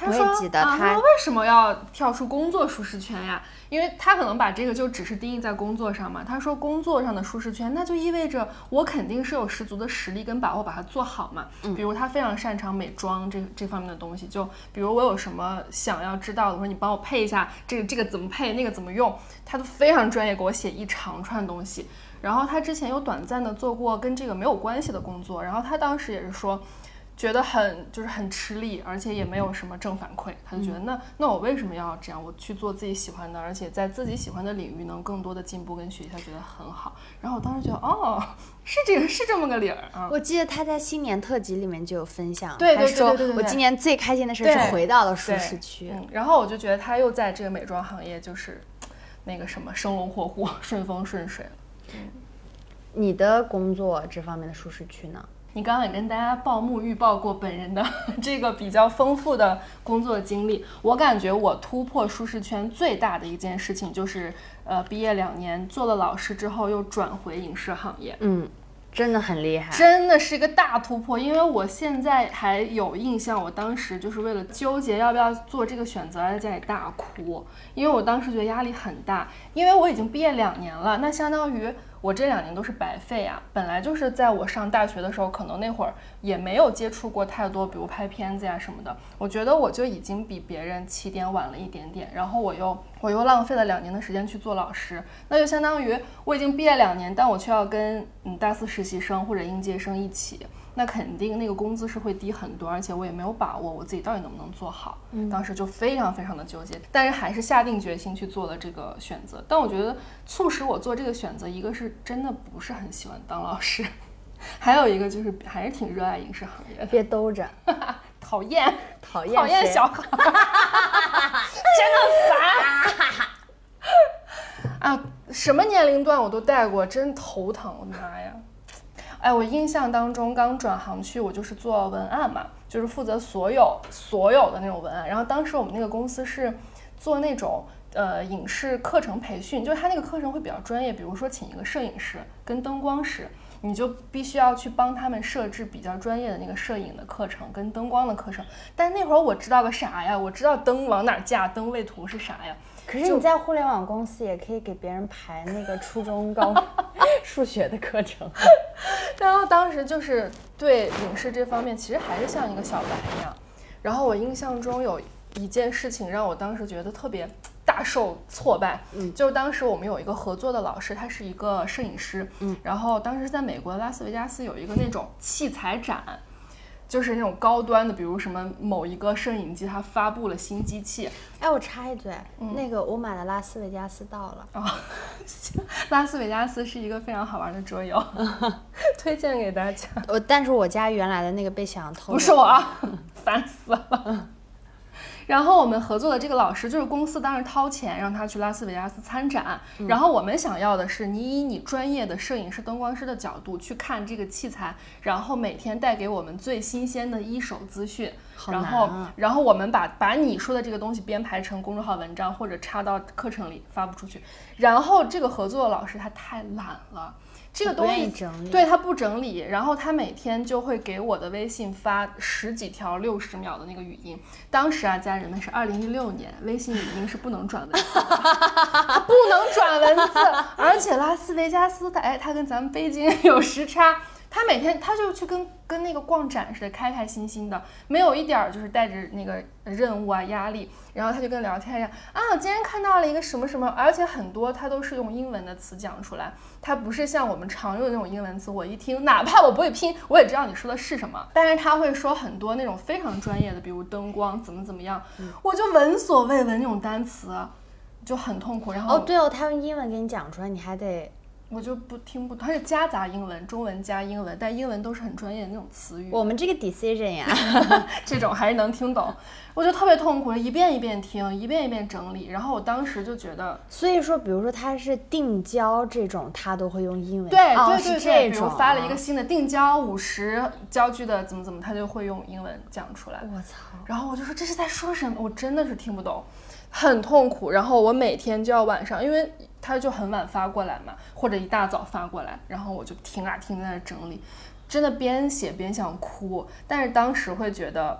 他说他为什么要跳出工作舒适圈呀？因为他可能把这个就只是定义在工作上嘛。他说工作上的舒适圈，那就意味着我肯定是有十足的实力跟把握把它做好嘛。比如他非常擅长美妆这方面的东西，就比如我有什么想要知道的，我说你帮我配一下这个怎么配，那个怎么用，他都非常专业，给我写一长串东西。然后他之前有短暂的做过跟这个没有关系的工作，然后他当时也是说觉得很吃力，而且也没有什么正反馈，他就觉得那我为什么要这样？我去做自己喜欢的，而且在自己喜欢的领域能更多的进步跟学习，他觉得很好。然后我当时觉得是这么个理儿啊！ 我记得他在新年特辑里面就有分享， 对， 他说我今年最开心的事是回到了舒适区。 然后我就觉得他又在这个美妆行业就是那个什么生龙活虎、顺风顺水了。 你的工作这方面的舒适区呢？ 你刚刚也跟大家预报过本人的这个比较丰富的工作经历。我感觉我突破舒适圈最大的一件事情就是毕业2年做了老师之后又转回影视行业。 真的很厉害， 真的是一个大突破。因为我现在还有印象，我当时就是为了纠结要不要做这个选择在家里大哭，因为我当时觉得压力很大，因为我已经毕业2年了，那相当于我这2年都是白费啊。本来就是在我上大学的时候，可能那会儿也没有接触过太多，比如拍片子呀什么的。我觉得我就已经比别人起点晚了一点点，然后我又浪费了2年的时间去做老师，那就相当于我已经毕业2年，但我却要跟大4实习生或者应届生一起，那肯定那个工资是会低很多，而且我也没有把握我自己到底能不能做好。当时就非常非常的纠结，但是还是下定决心去做了这个选择。但我觉得促使我做这个选择，一个是真的不是很喜欢当老师，还有一个就是还是挺热爱影视行业的。 别兜着讨厌小孩真的烦啊！什么年龄段我都带过，真头疼，我的妈呀！我印象当中刚转行去，我就是做文案嘛，就是负责所有的那种文案。然后当时我们那个公司是做那种影视课程培训，就是他那个课程会比较专业，比如说请一个摄影师跟灯光师，你就必须要去帮他们设置比较专业的那个摄影的课程跟灯光的课程。但那会儿我知道个啥呀？我知道灯往哪架，灯位图是啥呀？ 可是你在互联网公司也可以给别人排那个初中高数学的课程。 然后当时就是对影视这方面其实还是像一个小白一样。然后我印象中有一件事情让我当时觉得特别大受挫败，就是当时我们有一个合作的老师，他是一个摄影师，然后当时在美国的拉斯维加斯有一个那种器材展，就是那种高端的，比如什么某一个摄影机它发布了新机器。 我插一嘴，那个我买的拉斯维加斯到了。 拉斯维加斯是一个非常好玩的桌游，推荐给大家。 但是我家原来的那个被小羊偷了。 不是我啊，烦死了。然后我们合作的这个老师就是公司当时掏钱让他去拉斯维加斯参展，然后我们想要的是你以你专业的摄影师灯光师的角度去看这个器材，然后每天带给我们最新鲜的一手资讯，然后我们把你说的这个东西编排成公众号文章或者插到课程里发布出去。然后这个合作的老师他太懒了，这个东西对他不整理，然后他每天就会给我的微信发10几条60秒的那个语音。当时啊，家人们是2016年，微信语音是不能转文字的，他不能转文字，而且拉斯维加斯他跟咱们北京有时差。他每天他就去跟那个逛展似的，开开心心的，没有一点就是带着那个任务啊压力。然后他就跟聊天一样啊，我今天看到了一个什么什么，而且很多他都是用英文的词讲出来，他不是像我们常用的那种英文词，我一听哪怕我不会拼，我也知道你说的是什么。但是他会说很多那种非常专业的，比如灯光怎么样，我就闻所未闻那种单词，就很痛苦。然后对他用英文给你讲出来，你还得。 我就听不懂，它是夹杂英文，中文加英文，但英文都是很专业的那种词语。 我们这个 decision 呀， 这种还是能听懂，我就特别痛苦，一遍一遍听，一遍一遍整理。然后我当时就觉得， 所以说，比如说他是定焦这种，他都会用英文。 对，比如发了一个新的定焦50焦距的怎么，他就会用英文讲出来。 我操！ 然后我就说这是在说什么？我真的是听不懂。很痛苦，然后我每天就要晚上，因为他就很晚发过来嘛，或者一大早发过来，然后我就听在那整理，真的边写边想哭，但是当时会觉得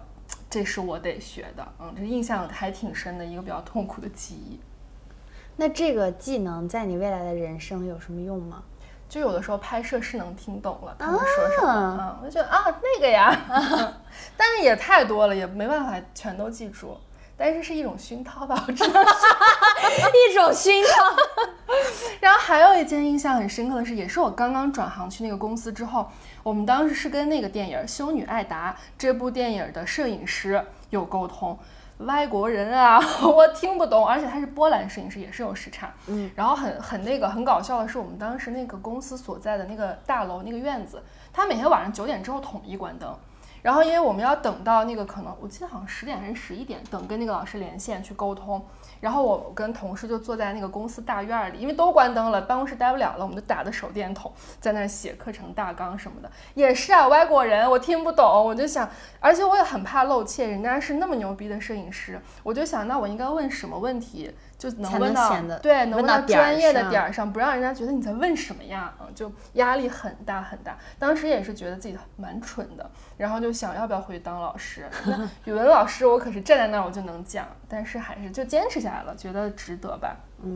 这是我得学的，这印象还挺深的一个比较痛苦的记忆。 那这个技能在你未来的人生有什么用吗？ 就有的时候拍摄是能听懂了他们说什么，我就觉得那个呀，但是也太多了，也没办法全都记住。但是是一种熏陶吧，我知道一种熏陶。 然后还有一件印象很深刻的是，也是我刚刚转行去那个公司之后，我们当时是跟那个电影《修女艾达》这部电影的摄影师有沟通，外国人啊，我听不懂，而且他是波兰摄影师，也是有时差。然后很搞笑的是，我们当时那个公司所在的那个大楼那个院子，他每天晚上9点之后统一关灯。然后因为我们要等到那个可能我记得好像10点还是11点，等跟那个老师连线去沟通。然后我跟同事就坐在那个公司大院里，因为都关灯了，办公室待不了了，我们就打着手电筒在那儿写课程大纲什么的。也是啊，外国人我听不懂，我就想，而且我也很怕露怯，人家是那么牛逼的摄影师，我就想那我应该问什么问题就能问到对，能问到专业的点上，不让人家觉得你在问什么呀，就压力很大很大。当时也是觉得自己蛮蠢的，然后就想要不要回去当老师。那语文老师我可是站在那儿我就能讲，但是还是就坚持下来了，觉得值得吧。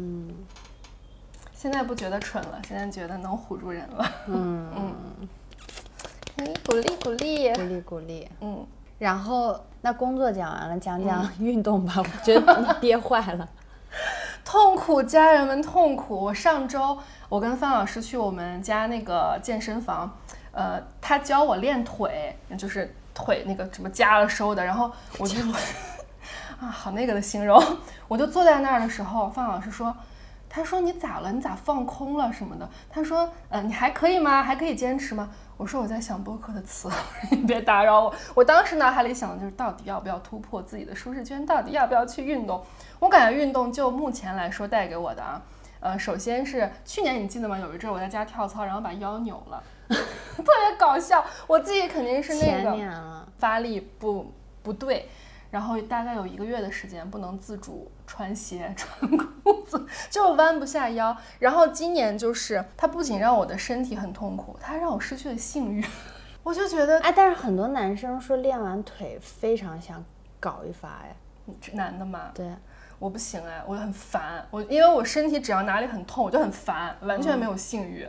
现在不觉得蠢了，现在觉得能唬住人了。鼓励鼓励。然后那工作讲完了，讲讲运动吧。我觉得你憋坏了。 痛苦，家人们痛苦。我上周我跟范老师去我们家那个健身房，他教我练腿，就是腿那个什么加了收的，然后我就好那个的形容。我就坐在那儿的时候，范老师说，他说你咋了？你咋放空了什么的？他说你还可以吗？还可以坚持吗？我说我在想播客的词，你别打扰我。我当时脑海里想的就是到底要不要突破自己的舒适圈，到底要不要去运动。我感觉运动就目前来说带给我的首先是去年你记得吗？有一阵我在家跳操，然后把腰扭了，特别搞笑。我自己肯定是那个发力不对。然后大概有1个月的时间不能自主穿鞋穿裤子，就弯不下腰。然后今年就是它不仅让我的身体很痛苦，它还让我失去了性欲。我就觉得但是很多男生说练完腿非常想搞一发男的嘛， 对， 我不行我很烦，因为我身体只要哪里很痛我就很烦，完全没有性欲。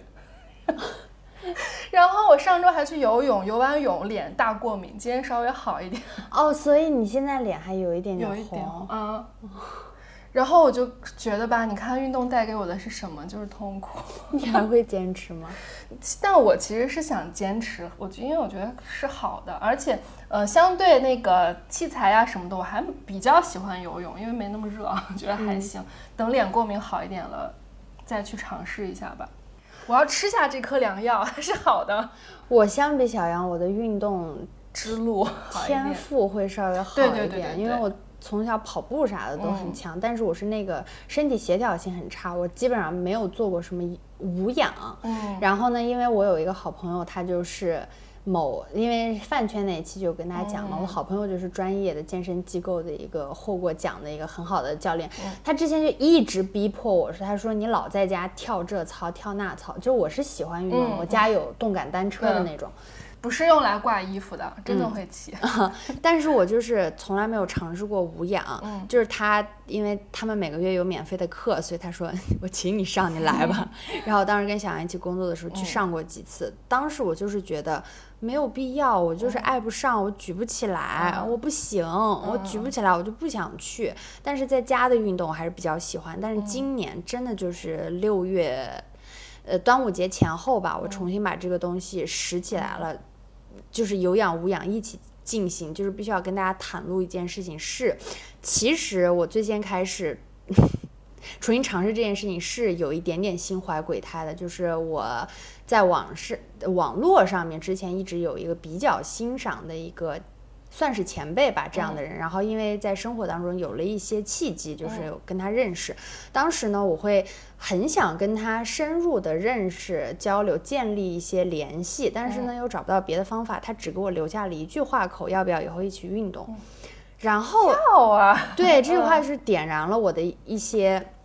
然后我上周还去游泳，游完泳脸大过敏，今天稍微好一点。 所以你现在脸还有一点点红。 然后我就觉得吧，你看运动带给我的是什么？就是痛苦。 你还会坚持吗？ 但我其实是想坚持，因为我觉得是好的，而且相对那个器材啊什么的，我还比较喜欢游泳，因为没那么热，觉得还行。等脸过敏好一点了，再去尝试一下吧。我要吃下这颗良药，它是好的。 我相比小杨，我的运动之路天赋会稍微好一点， 对， 因为我从小跑步啥的都很强，但是我是那个身体协调性很差，我基本上没有做过什么无氧。然后呢，因为我有一个好朋友，他就是因为饭圈那一期就跟大家讲了，我好朋友就是专业的健身机构的一个获过奖的一个很好的教练，他之前就一直逼迫我说，他说你老在家跳这操跳那操，就我是喜欢运动，我家有动感单车的那种。 不是用来挂衣服的，真的会骑。 但是我就是从来没有尝试过无氧，就是因为他们每个月有免费的课，所以他说我请你上，你来吧。然后当时跟小杨一起工作的时候去上过几次，当时我就是觉得没有必要，我就是爱不上，我举不起来，我不行，我举不起来，我就不想去。但是在家的运动我还是比较喜欢。但是今年真的就是6月，端午节前后吧，我重新把这个东西拾起来了。就是有氧无氧一起进行，就是必须要跟大家袒露一件事情是，其实我最先开始重新尝试这件事情是有一点点心怀鬼胎的，就是我在网络上面之前一直有一个比较欣赏的一个算是前辈吧这样的人，然后因为在生活当中有了一些契机，就是跟他认识，当时呢我会很想跟他深入的认识交流，建立一些联系，但是呢又找不到别的方法，他只给我留下了一句话口，要不要以后一起运动。然后要啊， 对，这句话是点燃了我的一些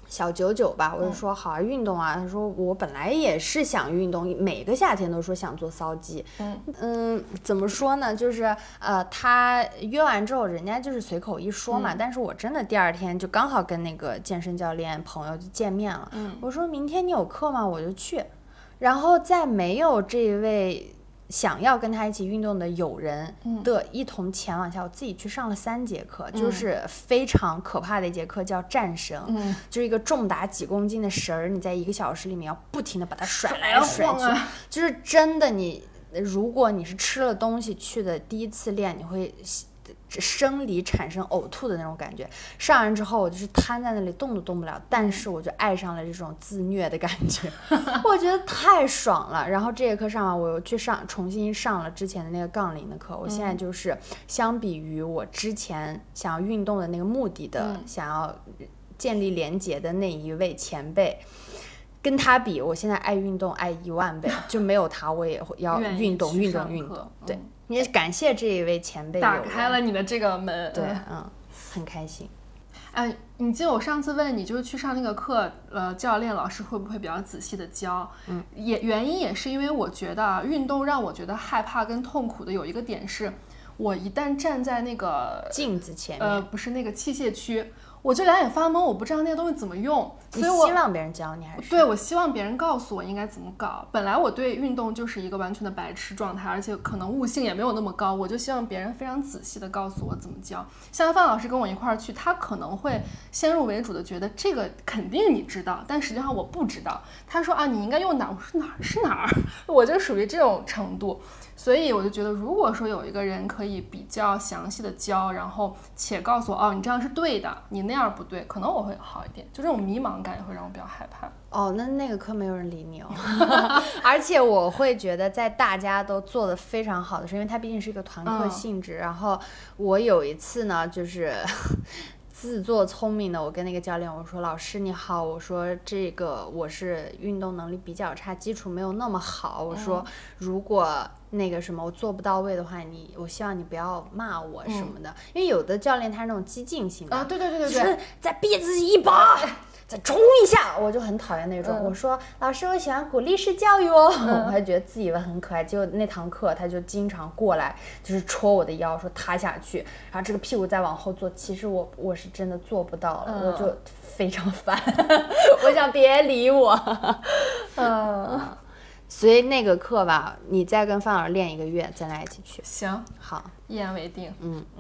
小99吧，我就说好啊，运动啊。他说我本来也是想运动，每个夏天都说想做骚肌。怎么说呢？就是他约完之后，人家就是随口一说嘛。但是我真的第二天就刚好跟那个健身教练朋友就见面了。我说明天你有课吗？我就去。然后在没有这一位想要跟他一起运动的友人的一同前往下，我自己去上了3节课，就是非常可怕的一节课，叫战绳，就是一个重达几公斤的绳儿，你在1个小时里面要不停的把它甩来甩去，就是真的如果你是吃了东西去的第一次练，你会生理产生呕吐的那种感觉。上完之后我就是瘫在那里动都动不了，但是我就爱上了这种自虐的感觉我觉得太爽了。然后这节课上完，我又去重新上了之前的那个杠铃的课。我现在就是相比于我之前想要运动的那个目的的想要建立连结的那一位前辈，跟他比，我现在爱运动爱10000倍，就没有他我也要运动对，也感谢这一位前辈打开了你的这个门。 对，很开心。 你记得我上次问你，就是去上那个课，教练老师会不会比较仔细的教？原因也是因为我觉得运动让我觉得害怕跟痛苦的有一个点是，我一旦站在那个镜子前面， 不是那个器械区，我就两眼发懵，我不知道那些东西怎么用。 所以我希望别人教你还是？ 对，我希望别人告诉我应该怎么搞。本来我对运动就是一个完全的白痴状态，而且可能悟性也没有那么高，我就希望别人非常仔细的告诉我怎么教。像范老师跟我一块儿去，他可能会先入为主的觉得这个肯定你知道，但实际上我不知道。他说啊，你应该用哪儿？我说哪儿是哪儿？我就属于这种程度。所以我就觉得，如果说有一个人可以比较详细的教，然后且告诉我，哦，你这样是对的，你那样不对，可能我会好一点。就这种迷茫感也会让我比较害怕。 那个课没有人理你而且我会觉得在大家都做得非常好的时候，因为它毕竟是一个团课性质。然后我有一次呢，就是自作聪明的，我跟那个教练我说，老师你好，我说这个我是运动能力比较差，基础没有那么好，我说如果那个什么我做不到位的话，我希望你不要骂我什么的。因为有的教练他是那种激进型的对， 就是再逼自己一把再冲一下，我就很讨厌那种。我说老师我喜欢鼓励式教育我还觉得自以为很可爱。结果那堂课他就经常过来就是戳我的腰，说塌下去，然后这个屁股再往后坐。其实我是真的做不到了，我就非常烦我想别理我所以那个课吧，你再跟范老师练1个月，咱俩一起去。 行， 好， 一言为定。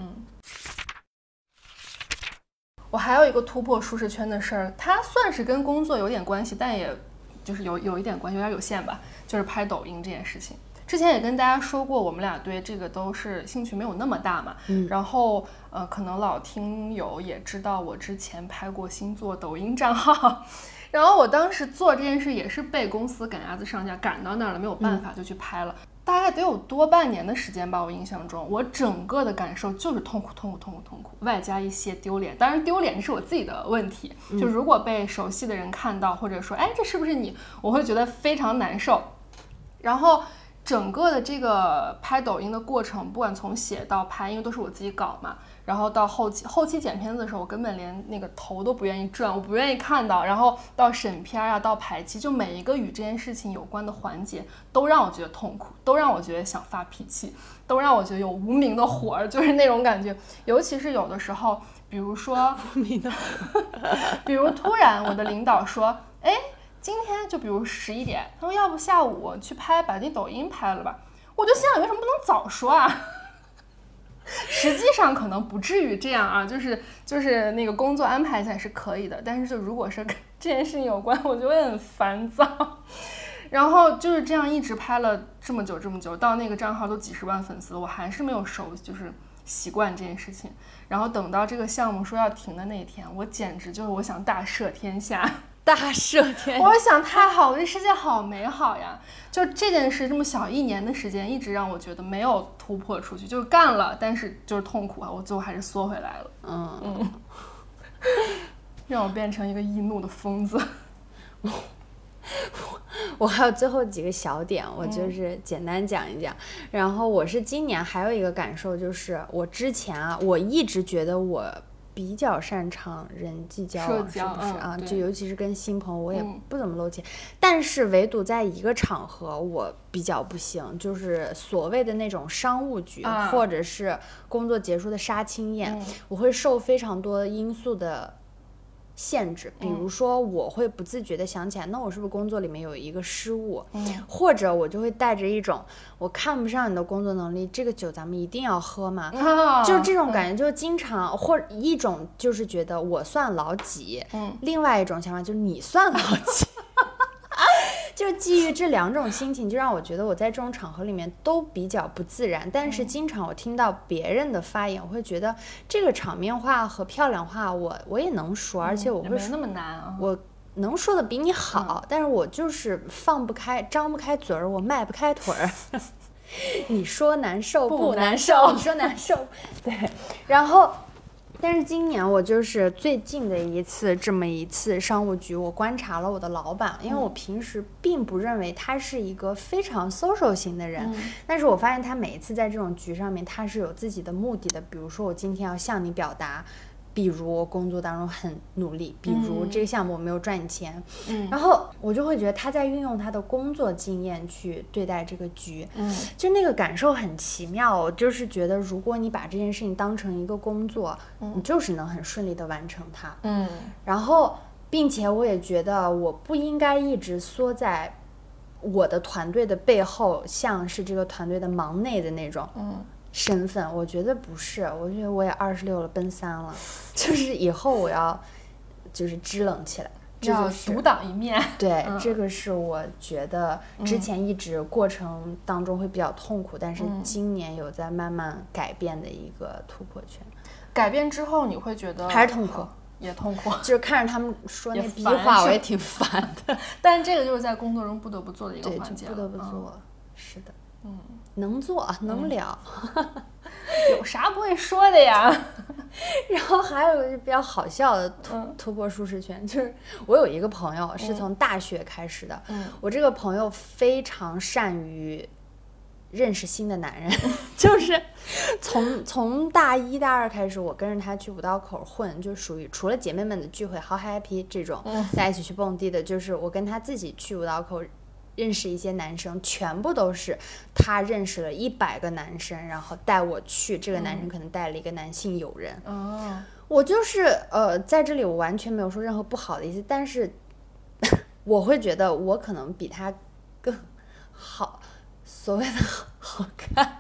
我还有一个突破舒适圈的事儿，它算是跟工作有点关系，但也就是有一点关系，有点有限吧，就是拍抖音这件事情。之前也跟大家说过，我们俩对这个都是兴趣没有那么大嘛。然后可能老听友也知道，我之前拍过星座抖音账号。然后我当时做这件事也是被公司赶鸭子上架，赶到那儿了，没有办法就去拍了。大概得有多半年的时间吧，我印象中，我整个的感受就是痛苦，外加一些丢脸。当然丢脸是我自己的问题，就如果被熟悉的人看到，或者说这是不是你，我会觉得非常难受。然后整个的这个拍抖音的过程，不管从写到拍，因为都是我自己搞嘛，然后到后期剪片子的时候，我根本连那个头都不愿意转，我不愿意看到。然后到审片啊，到排期，就每一个与这件事情有关的环节都让我觉得痛苦，都让我觉得想发脾气，都让我觉得有无名的火，就是那种感觉。尤其是有的时候，比如说无名的火比如突然我的领导说今天就比如11点，他说要不下午去把那抖音拍了吧，我就想为什么不能早说啊？实际上可能不至于这样啊，就是那个工作安排一下是可以的，但是就如果是跟这件事情有关，我就会很烦躁。然后就是这样一直拍了这么久，到那个账号都几十万粉丝了，我还是没有就是习惯这件事情。然后等到这个项目说要停的那一天，我简直就是我想大赦天下。我想太好了，这世界好美好呀！就这件事这么小1年的时间，一直让我觉得没有突破出去，就是干了，但是就是痛苦啊，我最后还是缩回来了。让我变成一个易怒的疯子。 我还有最后几个小点，我就是简单讲一讲。然后我是今年还有一个感受，就是我之前我一直觉得我比较擅长人际交往，是不是啊？就尤其是跟新朋友，我也不怎么露怯，但是唯独在一个场合我比较不行，就是所谓的那种商务局，或者是工作结束的杀青宴，我会受非常多因素的限制，比如说我会不自觉的想起来，那我是不是工作里面有一个失误，或者我就会带着一种我看不上你的工作能力，这个酒咱们一定要喝吗？就这种感觉，就经常或者一种就是觉得我算老几，另外一种想法就是你算老几。就基于这两种心情，就让我觉得我在这种场合里面都比较不自然。但是经常我听到别人的发言，我会觉得这个场面话和漂亮话我也能说，而且我会没那么难啊， 我能说的比你好，但是我就是放不开，张不开嘴儿，我迈不开腿儿。你说难受不难受？你说难受，对，然后。但是今年我就是最近的这么一次商务局，我观察了我的老板，因为我平时并不认为他是一个非常 social 型的人，但是我发现他每一次在这种局上面他是有自己的目的的，比如说我今天要向你表达，比如我工作当中很努力，比如这个项目我没有赚钱，然后我就会觉得他在运用他的工作经验去对待这个局，就那个感受很奇妙。我就是觉得如果你把这件事情当成一个工作，你就是能很顺利的完成它，然后并且我也觉得我不应该一直缩在我的团队的背后，像是这个团队的忙内的那种身份，我觉得不是，我觉得我也26了，奔3了，就是以后我要就是支棱起来，这就是独当一面。 对，这个是我觉得之前一直过程当中会比较痛苦，但是今年有在慢慢改变的一个突破圈。 改变之后你会觉得还是痛苦？ 也痛苦， 就是看着他们说那逼话，我也挺烦的。 但这个就是在工作中不得不做的一个环节， 对，就不得不做。是的，能做能聊， 有啥不会说的呀？ 然后还有一个比较好笑的突破舒适圈，就是我有一个朋友是从大学开始的，我这个朋友非常善于认识新的男人，就是从大1大2开始，我跟着他去五道口混，就属于除了姐妹们的聚会好 happy 这种大家一起去蹦迪的，就是我跟他自己去五道口认识一些男生，全部都是他认识了100个男生，然后带我去，这个男生可能带了一个男性友人。我就是在这里我完全没有说任何不好的意思，但是我会觉得我可能比他更好，所谓的好看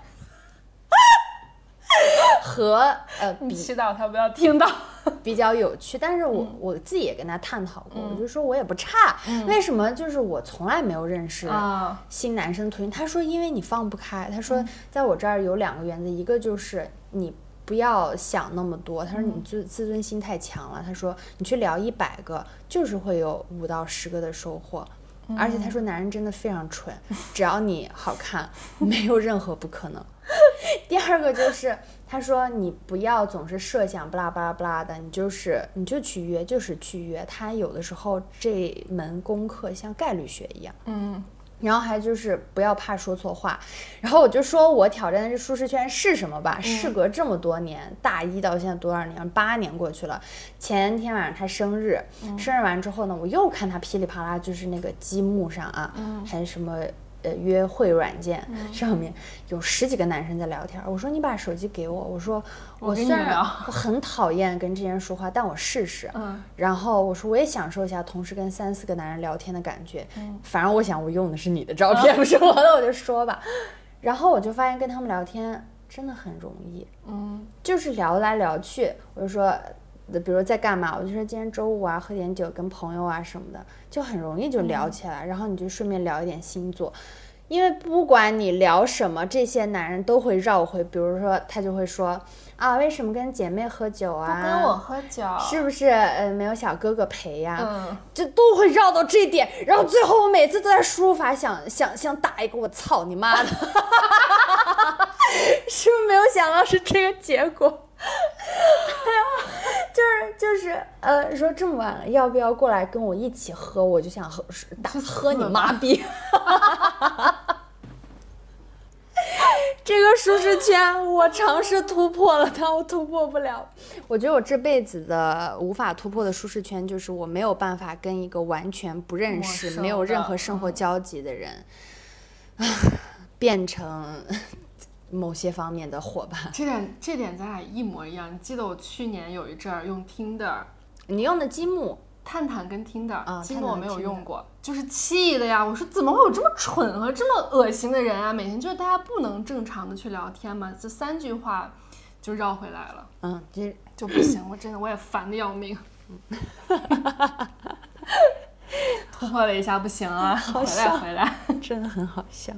和你祈祷他不要听到。 比较有趣，但是我自己也跟他探讨过，我就说我也不差，为什么就是我从来没有认识新男生途径？他说因为你放不开，他说在我这儿有2个原则，一个就是你不要想那么多，他说你自尊心太强了，他说你去聊100个就是会有5到10个的收获，而且他说男人真的非常蠢，只要你好看没有任何不可能。第2个就是他说你不要总是设想不拉不拉不拉的，你就去约，就是去约，他有的时候这门功课像概率学一样。然后还就是不要怕说错话，然后我就说我挑战的这舒适圈是什么吧，事隔这么多年，大1到现在多少年，8年过去了。前天晚上他生日，生日完之后呢，我又看他噼里啪啦，就是那个积木上啊，还是什么约会软件上面有10几个男生在聊天，我说你把手机给我，我说我虽然我很讨厌跟这些人说话，但我试试，然后我说我也享受一下同时跟3、4个男人聊天的感觉，反正我想我用的是你的照片，不是我的，我就说吧。然后我就发现跟他们聊天真的很容易，就是聊来聊去，我就说比如在干嘛，我就说今天周五啊，喝点酒跟朋友啊什么的，就很容易就聊起来，然后你就顺便聊一点星座，因为不管你聊什么，这些男人都会绕回，比如说他就会说啊，为什么跟姐妹喝酒啊？ 不跟我喝酒， 是不是没有小哥哥陪呀？就都会绕到这点，然后最后我每次都在输入法想打一个我操你妈的，是不是没有想到是这个结果？就是说这么晚了，要不要过来跟我一起喝？我就想喝你妈逼！ 这个舒适圈我尝试突破了，但我突破不了。我觉得我这辈子的无法突破的舒适圈，就是我没有办法跟一个完全不认识、没有任何生活交集的人，变成某些方面的伙伴。 这点咱俩一模一样。你记得我去年有一阵儿用 Tinder， 你用的积木。 探探跟 Tinder， 积木我没有用过，就是气的呀！我说怎么会有这么蠢和这么恶心的人啊？每天就是大家不能正常的去聊天嘛，这3句话就绕回来了。就不行，我也烦的要命。突破了一下不行啊，回来， 真的很好笑。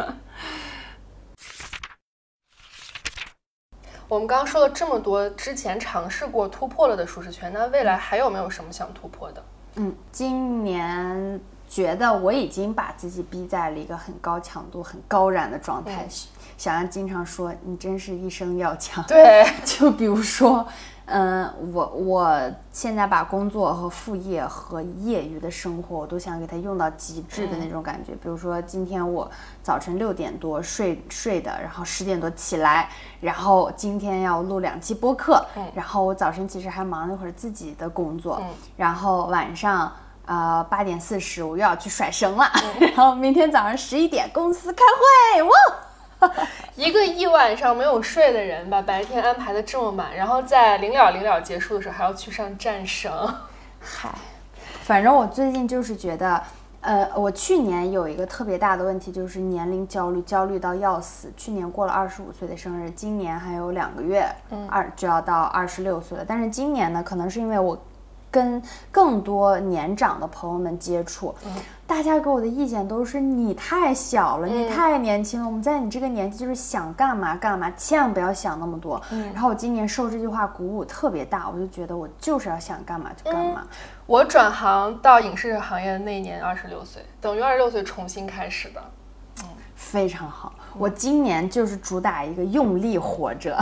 我们刚刚说了这么多之前尝试过突破了的舒适圈，那未来还有没有什么想突破的？ 今年觉得我已经把自己逼在了一个很高强度、很高燃的状态。小安经常说你真是一生要强。 对， 就比如说我现在把工作和副业和业余的生活我都想给它用到极致的那种感觉。比如说今天我早晨6点多睡的，然后10点多起来，然后今天要录2期播客，然后我早晨其实还忙了一会儿自己的工作，然后晚上8点40我又要去甩绳了，然后明天早上11点公司开会，哇！ 一个一晚上没有睡的人，把白天安排的这么满，然后在临了结束的时候还要去上战绳。 嗨，反正我最近就是觉得，我去年有一个特别大的问题，就是年龄焦虑到要死。去年过了25岁的生日，今年还有2个月，就要到26岁了。但是今年呢，可能是因为我跟更多年长的朋友们接触，大家给我的意见都是你太小了，你太年轻了，我们在你这个年纪就是想干嘛干嘛，千万不要想那么多。然后我今年受这句话鼓舞特别大，我就觉得我就是要想干嘛就干嘛。 我转行到影视行业的那一年26岁，等于26岁重新开始的。 非常好，我今年就是主打一个用力活着。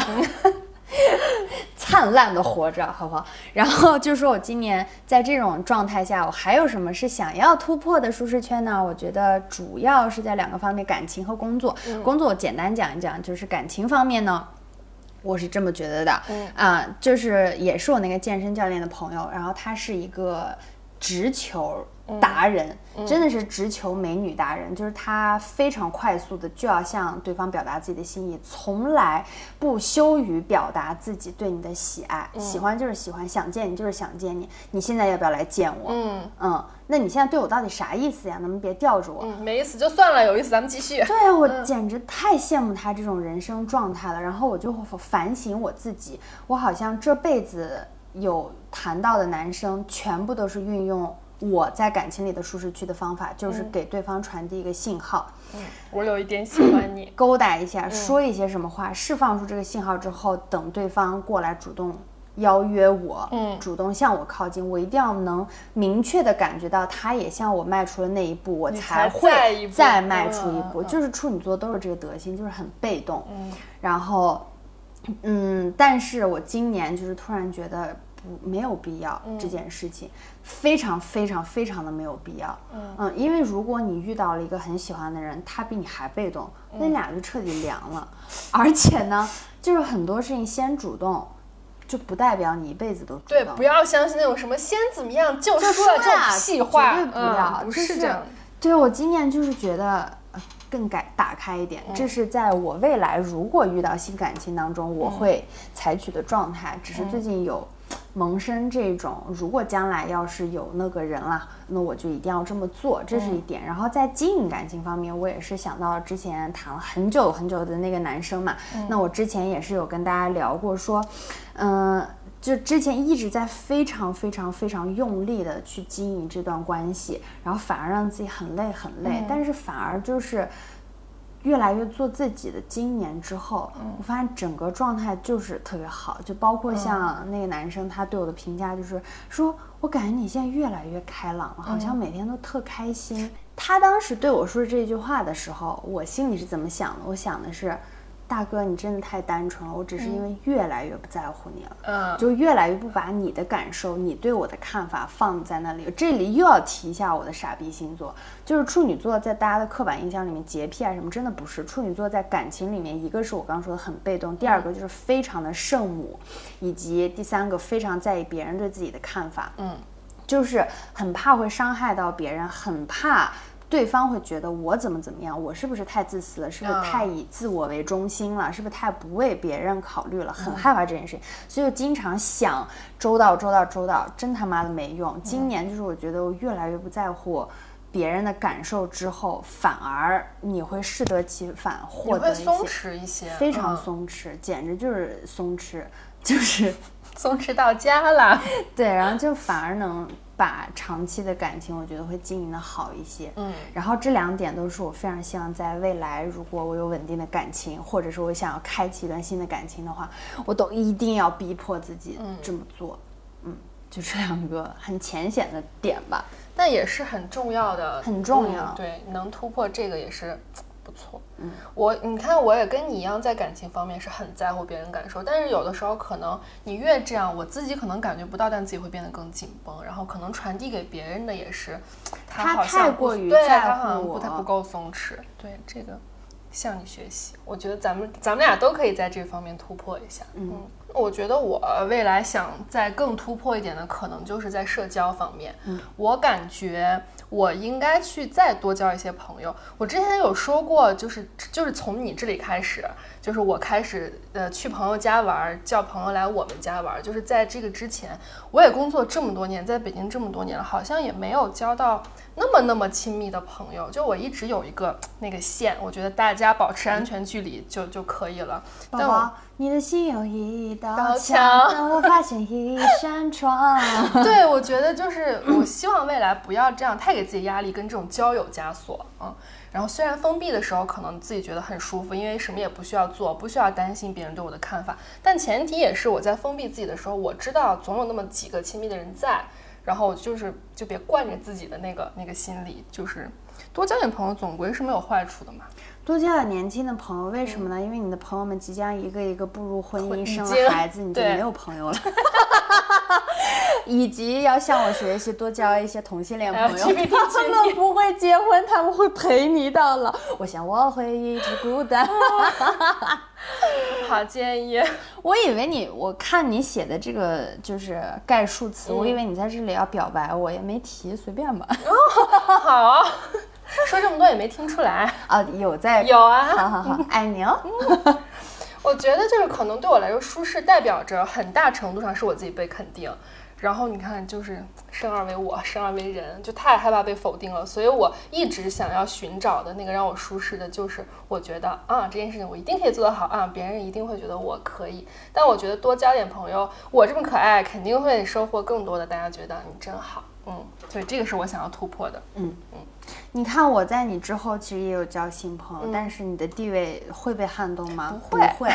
灿烂的活着，好不好？然后就说我今年在这种状态下，我还有什么是想要突破的舒适圈呢？我觉得主要是在2个方面，感情和工作。工作我简单讲一讲，就是感情方面呢，我是这么觉得的，就是也是我那个健身教练的朋友，然后他是一个直球达人，真的是直球美女达人，就是他非常快速的就要向对方表达自己的心意，从来不羞于表达自己对你的喜爱，喜欢就是喜欢，想见你就是想见你，你现在要不要来见我？那你现在对我到底啥意思呀？能不能别吊着我？ 没意思就算了，有意思咱们继续。 对啊，我简直太羡慕他这种人生状态了。然后我就反省我自己，我好像这辈子有谈到的男生全部都是运用我在感情里的舒适区的方法，就是给对方传递一个信号， 我有一点喜欢你， 勾搭一下，说一些什么话，释放出这个信号之后，等对方过来主动邀约我，主动向我靠近，我一定要能明确的感觉到他也向我迈出了那一步，我才会再迈出一步。就是处女座都是这个德行，就是很被动。然后但是我今年就是突然觉得没有必要，这件事情非常非常非常的没有必要。因为如果你遇到了一个很喜欢的人，他比你还被动，那你俩就彻底凉了。而且呢，就是很多事情先主动，就不代表你一辈子都主动。 对，不要相信那种什么先怎么样就说了这种屁话， 绝对不要， 不是这样。 对，我今年就是觉得更打开一点，这是在我未来如果遇到新感情当中我会采取的状态。只是最近有萌生这种，如果将来要是有那个人了，那我就一定要这么做，这是一点。然后在经营感情方面，我也是想到之前谈了很久很久的那个男生嘛，那我之前也是有跟大家聊过说，就之前一直在非常非常非常用力的去经营这段关系，然后反而让自己很累很累，但是反而就是越来越做自己的今年之后，我发现整个状态就是特别好，就包括像那个男生他对我的评价就是说，我感觉你现在越来越开朗了，好像每天都特开心。他当时对我说这句话的时候，我心里是怎么想的？我想的是大哥你真的太单纯了，我只是因为越来越不在乎你了，就越来越不把你的感受你对我的看法放在那里。这里又要提一下我的傻逼星座，就是处女座在大家的刻板印象里面洁癖啊什么真的不是，处女座在感情里面一个是我刚刚说的很被动，第二个就是非常的圣母，以及第三个非常在意别人对自己的看法，就是很怕会伤害到别人，很怕对方会觉得我怎么样，我是不是太自私了，是不是太以自我为中心了，是不是太不为别人考虑了，很害怕这件事情，所以我经常想周到，真他妈的没用。今年就是我觉得我越来越不在乎别人的感受之后，反而你会适得其反，获得松弛一些， 非常松弛，简直就是松弛，就是松弛到家了。 对，然后就反而能把长期的感情我觉得会经营的好一些。然后这2点都是我非常希望在未来，如果我有稳定的感情，或者是我想要开启一段新的感情的话，我都一定要逼迫自己这么做。就这2个很浅显的点吧， 但也是很重要的， 很重要。 对，能突破这个也是不错。你看我也跟你一样，在感情方面是很在乎别人感受，但是有的时候可能你越这样，我自己可能感觉不到，但自己会变得更紧绷，然后可能传递给别人的也是他好像太过于在乎我， 他不够松弛。对，这个向你学习，我觉得咱们俩都可以在这方面突破一下。我觉得我未来想再更突破一点的，可能就是在社交方面。我感觉我应该去再多交一些朋友。我之前有说过，就是从你这里开始，就是我开始去朋友家玩，叫朋友来我们家玩。就是在这个之前，我也工作这么多年，在北京这么多年了，好像也没有交到那么亲密的朋友。就我一直有一个那个线，我觉得大家保持安全距离就可以了。但我你的心有一道墙，但我发现一扇窗。 对，我觉得就是我希望未来不要这样太给自己压力，跟这种交友枷锁。然后虽然封闭的时候可能自己觉得很舒服，因为什么也不需要做，不需要担心别人对我的看法，但前提也是我在封闭自己的时候，我知道总有那么几个亲密的人在，然后就别惯着自己的那个心理，就是多交点朋友总归是没有坏处的嘛。 多交点年轻的朋友，为什么呢？因为你的朋友们即将一个一个步入婚姻，生了孩子，你就没有朋友了。以及要向我学习，多交一些同性恋朋友。他们不会结婚，他们会陪你到老。我想我会一直孤单。 好建议。 我以为我看你写的这个就是概述词，我以为你在这里要表白我，也没提，随便吧。 好。说这么多也没听出来啊，有啊， 好，爱你哦。 我觉得就是可能对我来说，舒适代表着很大程度上是我自己被肯定。然后你看，就是生而为我，生而为人，就太害怕被否定了。所以我一直想要寻找的那个让我舒适的，就是我觉得这件事情我一定可以做得好别人一定会觉得我可以。但我觉得多交点朋友，我这么可爱，肯定会收获更多的大家觉得你真好。所以这个是我想要突破的。 你看我在你之后其实也有交新朋友，但是你的地位会被撼动吗？ 不会。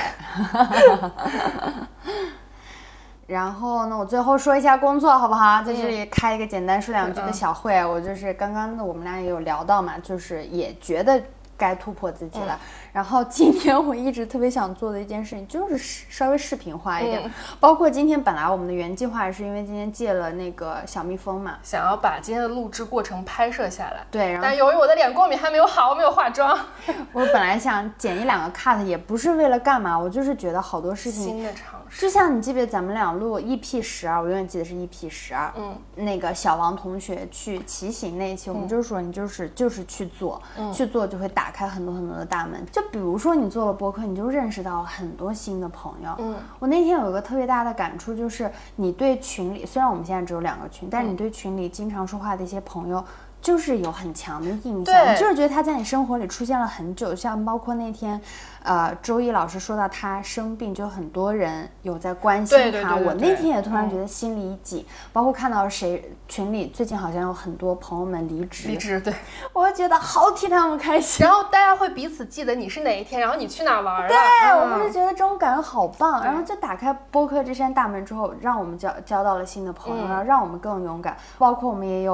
然后呢，我最后说一下工作好不好？在这里开一个简单说2句的小会。我就是刚刚我们俩也有聊到嘛，就是也觉得该突破自己了。然后今天我一直特别想做的一件事情就是稍微视频化一点，包括今天本来我们的原计划是因为今天借了那个小蜜蜂嘛， 想要把今天的录制过程拍摄下来。 对，然后但由于我的脸过敏还没有好，我没有化妆。 我本来想剪1-2个 cut， 也不是为了干嘛，我就是觉得好多事情新的尝试。 就像你记不记得咱们俩录 EP12，我永远记得是 EP12，那个小王同学去骑行那一期，我们就是说你就是去做，去做就会打开很多很多的大门。就比如说你做了播客，你就认识到了很多新的朋友。我那天有一个特别大的感触，就是你对群里，虽然我们现在只有2个群，但是你对群里经常说话的一些朋友就是有很强的印象，你就是觉得他在你生活里出现了很久。像包括那天周一老师说到他生病，就很多人有在关心他。我那天也突然觉得心里一紧，包括看到群里最近好像有很多朋友们离职， 对， 我就觉得好替他们开心。 然后大家会彼此记得你是哪一天，然后你去哪玩了。 对，我就觉得这种感觉好棒。然后就打开播客这扇大门之后，让我们交到了新的朋友，然后让我们更勇敢。包括我们也有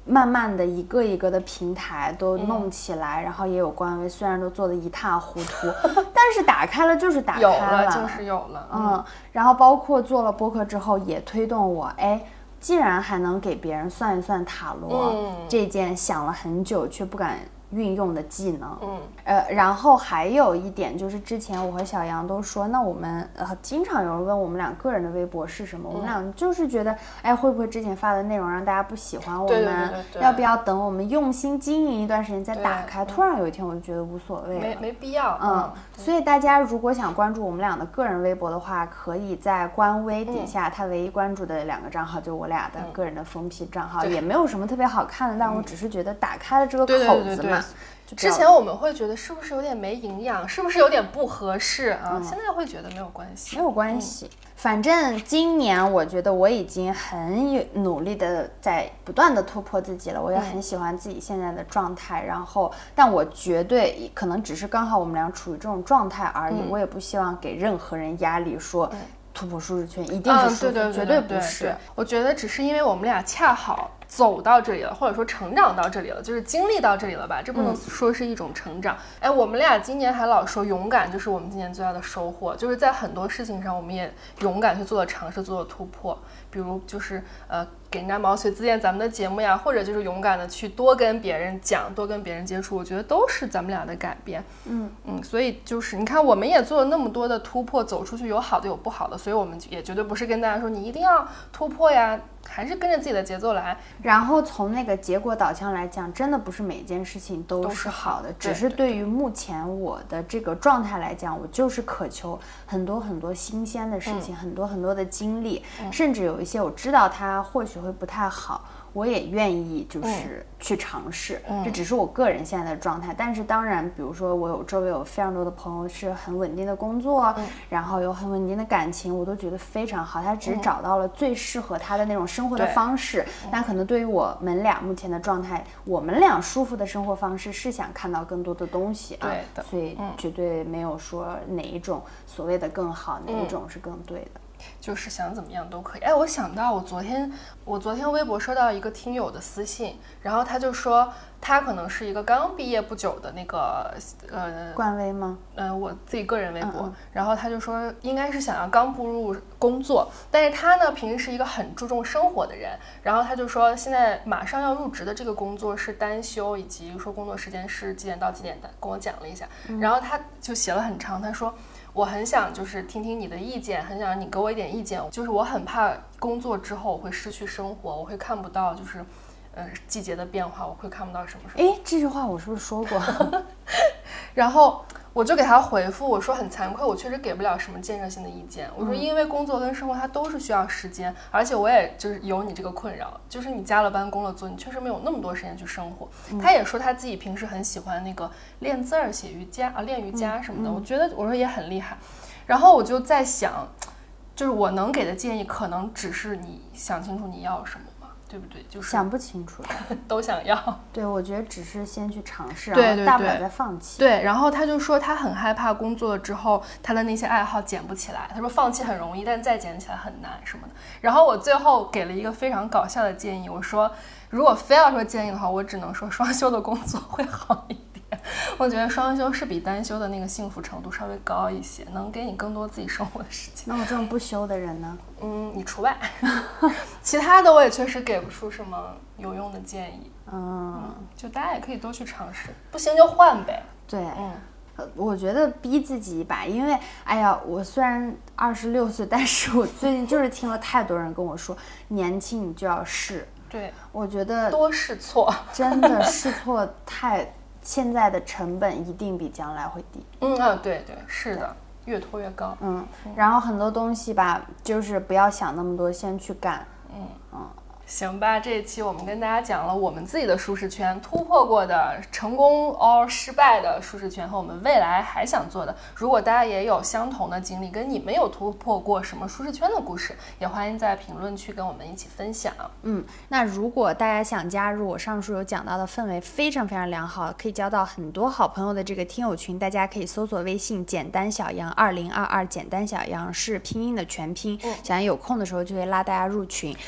慢慢的一个一个的平台都弄起来，然后也有官微，虽然都做得一塌糊涂，但是打开了就是打开了， 就是有了。 然后包括做了播客之后，也推动我，既然还能给别人算一算塔罗，这件想了很久却不敢运用的技能。然后还有一点就是之前我和小杨都说，那我们经常有人问我们俩个人的微博是什么，我们俩就是觉得会不会之前发的内容让大家不喜欢我们，要不要等我们用心经营一段时间再打开。突然有一天我就觉得无所谓了， 没必要。 所以大家如果想关注我们俩的个人微博的话，可以在官微底下，他唯一关注的2个账号就是我俩的个人的封批账号，也没有什么特别好看的，但我只是觉得打开了这个口子嘛。 之前我们会觉得是不是有点没营养，是不是有点不合适啊？现在会觉得没有关系， 没有关系。反正今年我觉得我已经很努力的在不断的突破自己了，我也很喜欢自己现在的状态。然后，但我绝对可能只是刚好我们俩处于这种状态而已，我也不希望给任何人压力说。突破舒适圈一定是舒服，绝对不是。 我觉得只是因为我们俩恰好走到这里了，或者说成长到这里了，就是经历到这里了吧，这不能说是一种成长。我们俩今年还老说勇敢就是我们今年最大的收获，就是在很多事情上我们也勇敢去做了尝试，做了突破。比如就是给人家毛遂自荐咱们的节目呀，或者就是勇敢的去多跟别人讲，多跟别人接触，我觉得都是咱们俩的改变。所以就是你看我们也做了那么多的突破，走出去有好的有不好的，所以我们也绝对不是跟大家说你一定要突破呀，还是跟着自己的节奏来。 然后从那个结果导向来讲，真的不是每一件事情都是好的，只是对于目前我的这个状态来讲，我就是渴求很多很多新鲜的事情，很多很多的经历，甚至有一些我知道它或许会不太好，我也愿意就是去尝试，这只是我个人现在的状态。但是当然比如说我周围有非常多的朋友是很稳定的工作，然后有很稳定的感情，我都觉得非常好，他只是找到了最适合他的那种生活的方式。但可能对于我们俩目前的状态，我们俩舒服的生活方式是想看到更多的东西啊， 对的， 所以绝对没有说哪一种所谓的更好，哪一种是更对的。 就是想怎么样都可以。我想到我昨天微博收到一个听友的私信，然后他就说他可能是一个刚毕业不久的那个官微吗？ 我自己个人微博，然后他就说应该是想要刚步入工作，但是他呢平时是一个很注重生活的人，然后他就说现在马上要入职的这个工作是单休，以及说工作时间是几点到几点的，跟我讲了一下，然后他就写了很长，他说我很想就是听听你的意见，很想你给我一点意见，就是我很怕工作之后我会失去生活，我会看不到就是季节的变化，我会看不到什么什么。 这句话我是不是说过？ 然后我就给他回复，我说很惭愧，我确实给不了什么建设性的意见。我说因为工作跟生活它都是需要时间，而且我也就是有你这个困扰，就是你加了班工了做，你确实没有那么多时间去生活。他也说他自己平时很喜欢那个练字儿、写瑜伽练瑜伽什么的，我觉得我说也很厉害。然后我就在想，就是我能给的建议可能只是你想清楚你要什么。对不对？就是想不清楚的都想要。 对，我觉得只是先去尝试，然后大不了再放弃。 对，然后他就说他很害怕工作了之后他的那些爱好捡不起来，他说放弃很容易，但再捡起来很难什么的。然后我最后给了一个非常搞笑的建议，我说如果非要说建议的话，我只能说双休的工作会好一点。我觉得双休是比单休的那个幸福程度稍微高一些，能给你更多自己生活的时间。 那我这种不休的人呢？ 你除外。其他的我也确实给不出什么有用的建议。就大家也可以多去尝试，不行就换呗。 对，我觉得逼自己一把，因为我虽然26岁，但是我最近就是听了太多人跟我说，年轻你就要试。 对， 我觉得多试错， 真的试错现在的成本一定比将来会低。 对，是的，越拖越高。 然后很多东西吧，就是不要想那么多，先去干。 行吧，这一期我们跟大家讲了我们自己的舒适圈，突破过的成功 or 失败的舒适圈和我们未来还想做的。如果大家也有相同的经历，跟你们有突破过什么舒适圈的故事，也欢迎在评论区跟我们一起分享。 那如果大家想加入我上述有讲到的氛围非常非常良好，可以交到很多好朋友的这个听友群，大家可以搜索微信简单小杨2022，简单小杨是拼音的全拼，小杨有空的时候就会拉大家入群。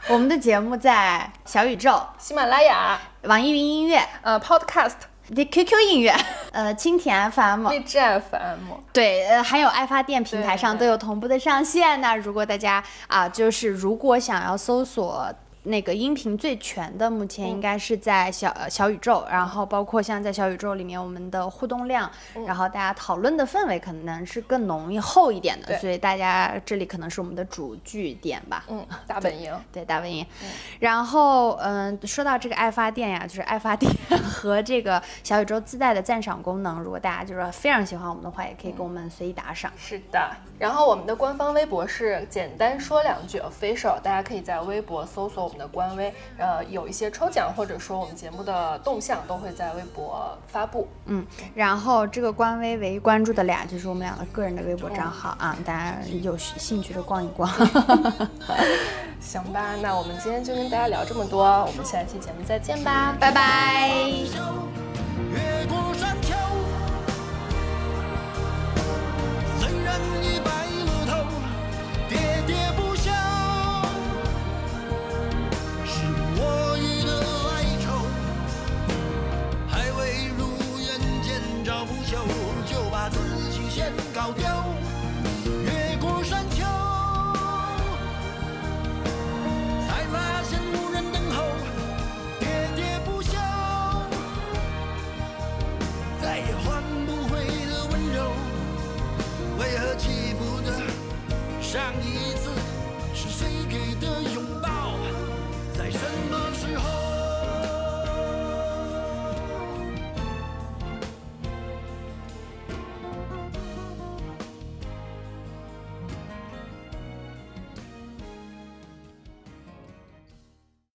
我们的节目在小宇宙、 喜马拉雅、 网易云音乐、 Podcast、 QQ 音乐、蜻蜓 FM、 荔枝 FM， 对，还有爱发电平台上都有同步的上线。那如果大家就是如果想要搜索那个音频最全的，目前应该是在小宇宙，然后包括像在小宇宙里面，我们的互动量，然后大家讨论的氛围可能是更浓郁厚一点的，所以大家这里可能是我们的主据点吧。 大本营， 对，大本营。然后说到这个爱发电呀，就是爱发电和这个小宇宙自带的赞赏功能，如果大家就是非常喜欢我们的话，也可以给我们随意打赏。 是的。然后我们的官方微博是简单说两句 official， 大家可以在微博搜索我们的官微，有一些抽奖或者说我们节目的动向都会在微博发布。 然后这个官微唯一关注的俩就是我们俩的个人的微博账号啊，大家有兴趣的逛一逛。 行吧，那我们今天就跟大家聊这么多，我们下一期节目再见吧， 拜拜。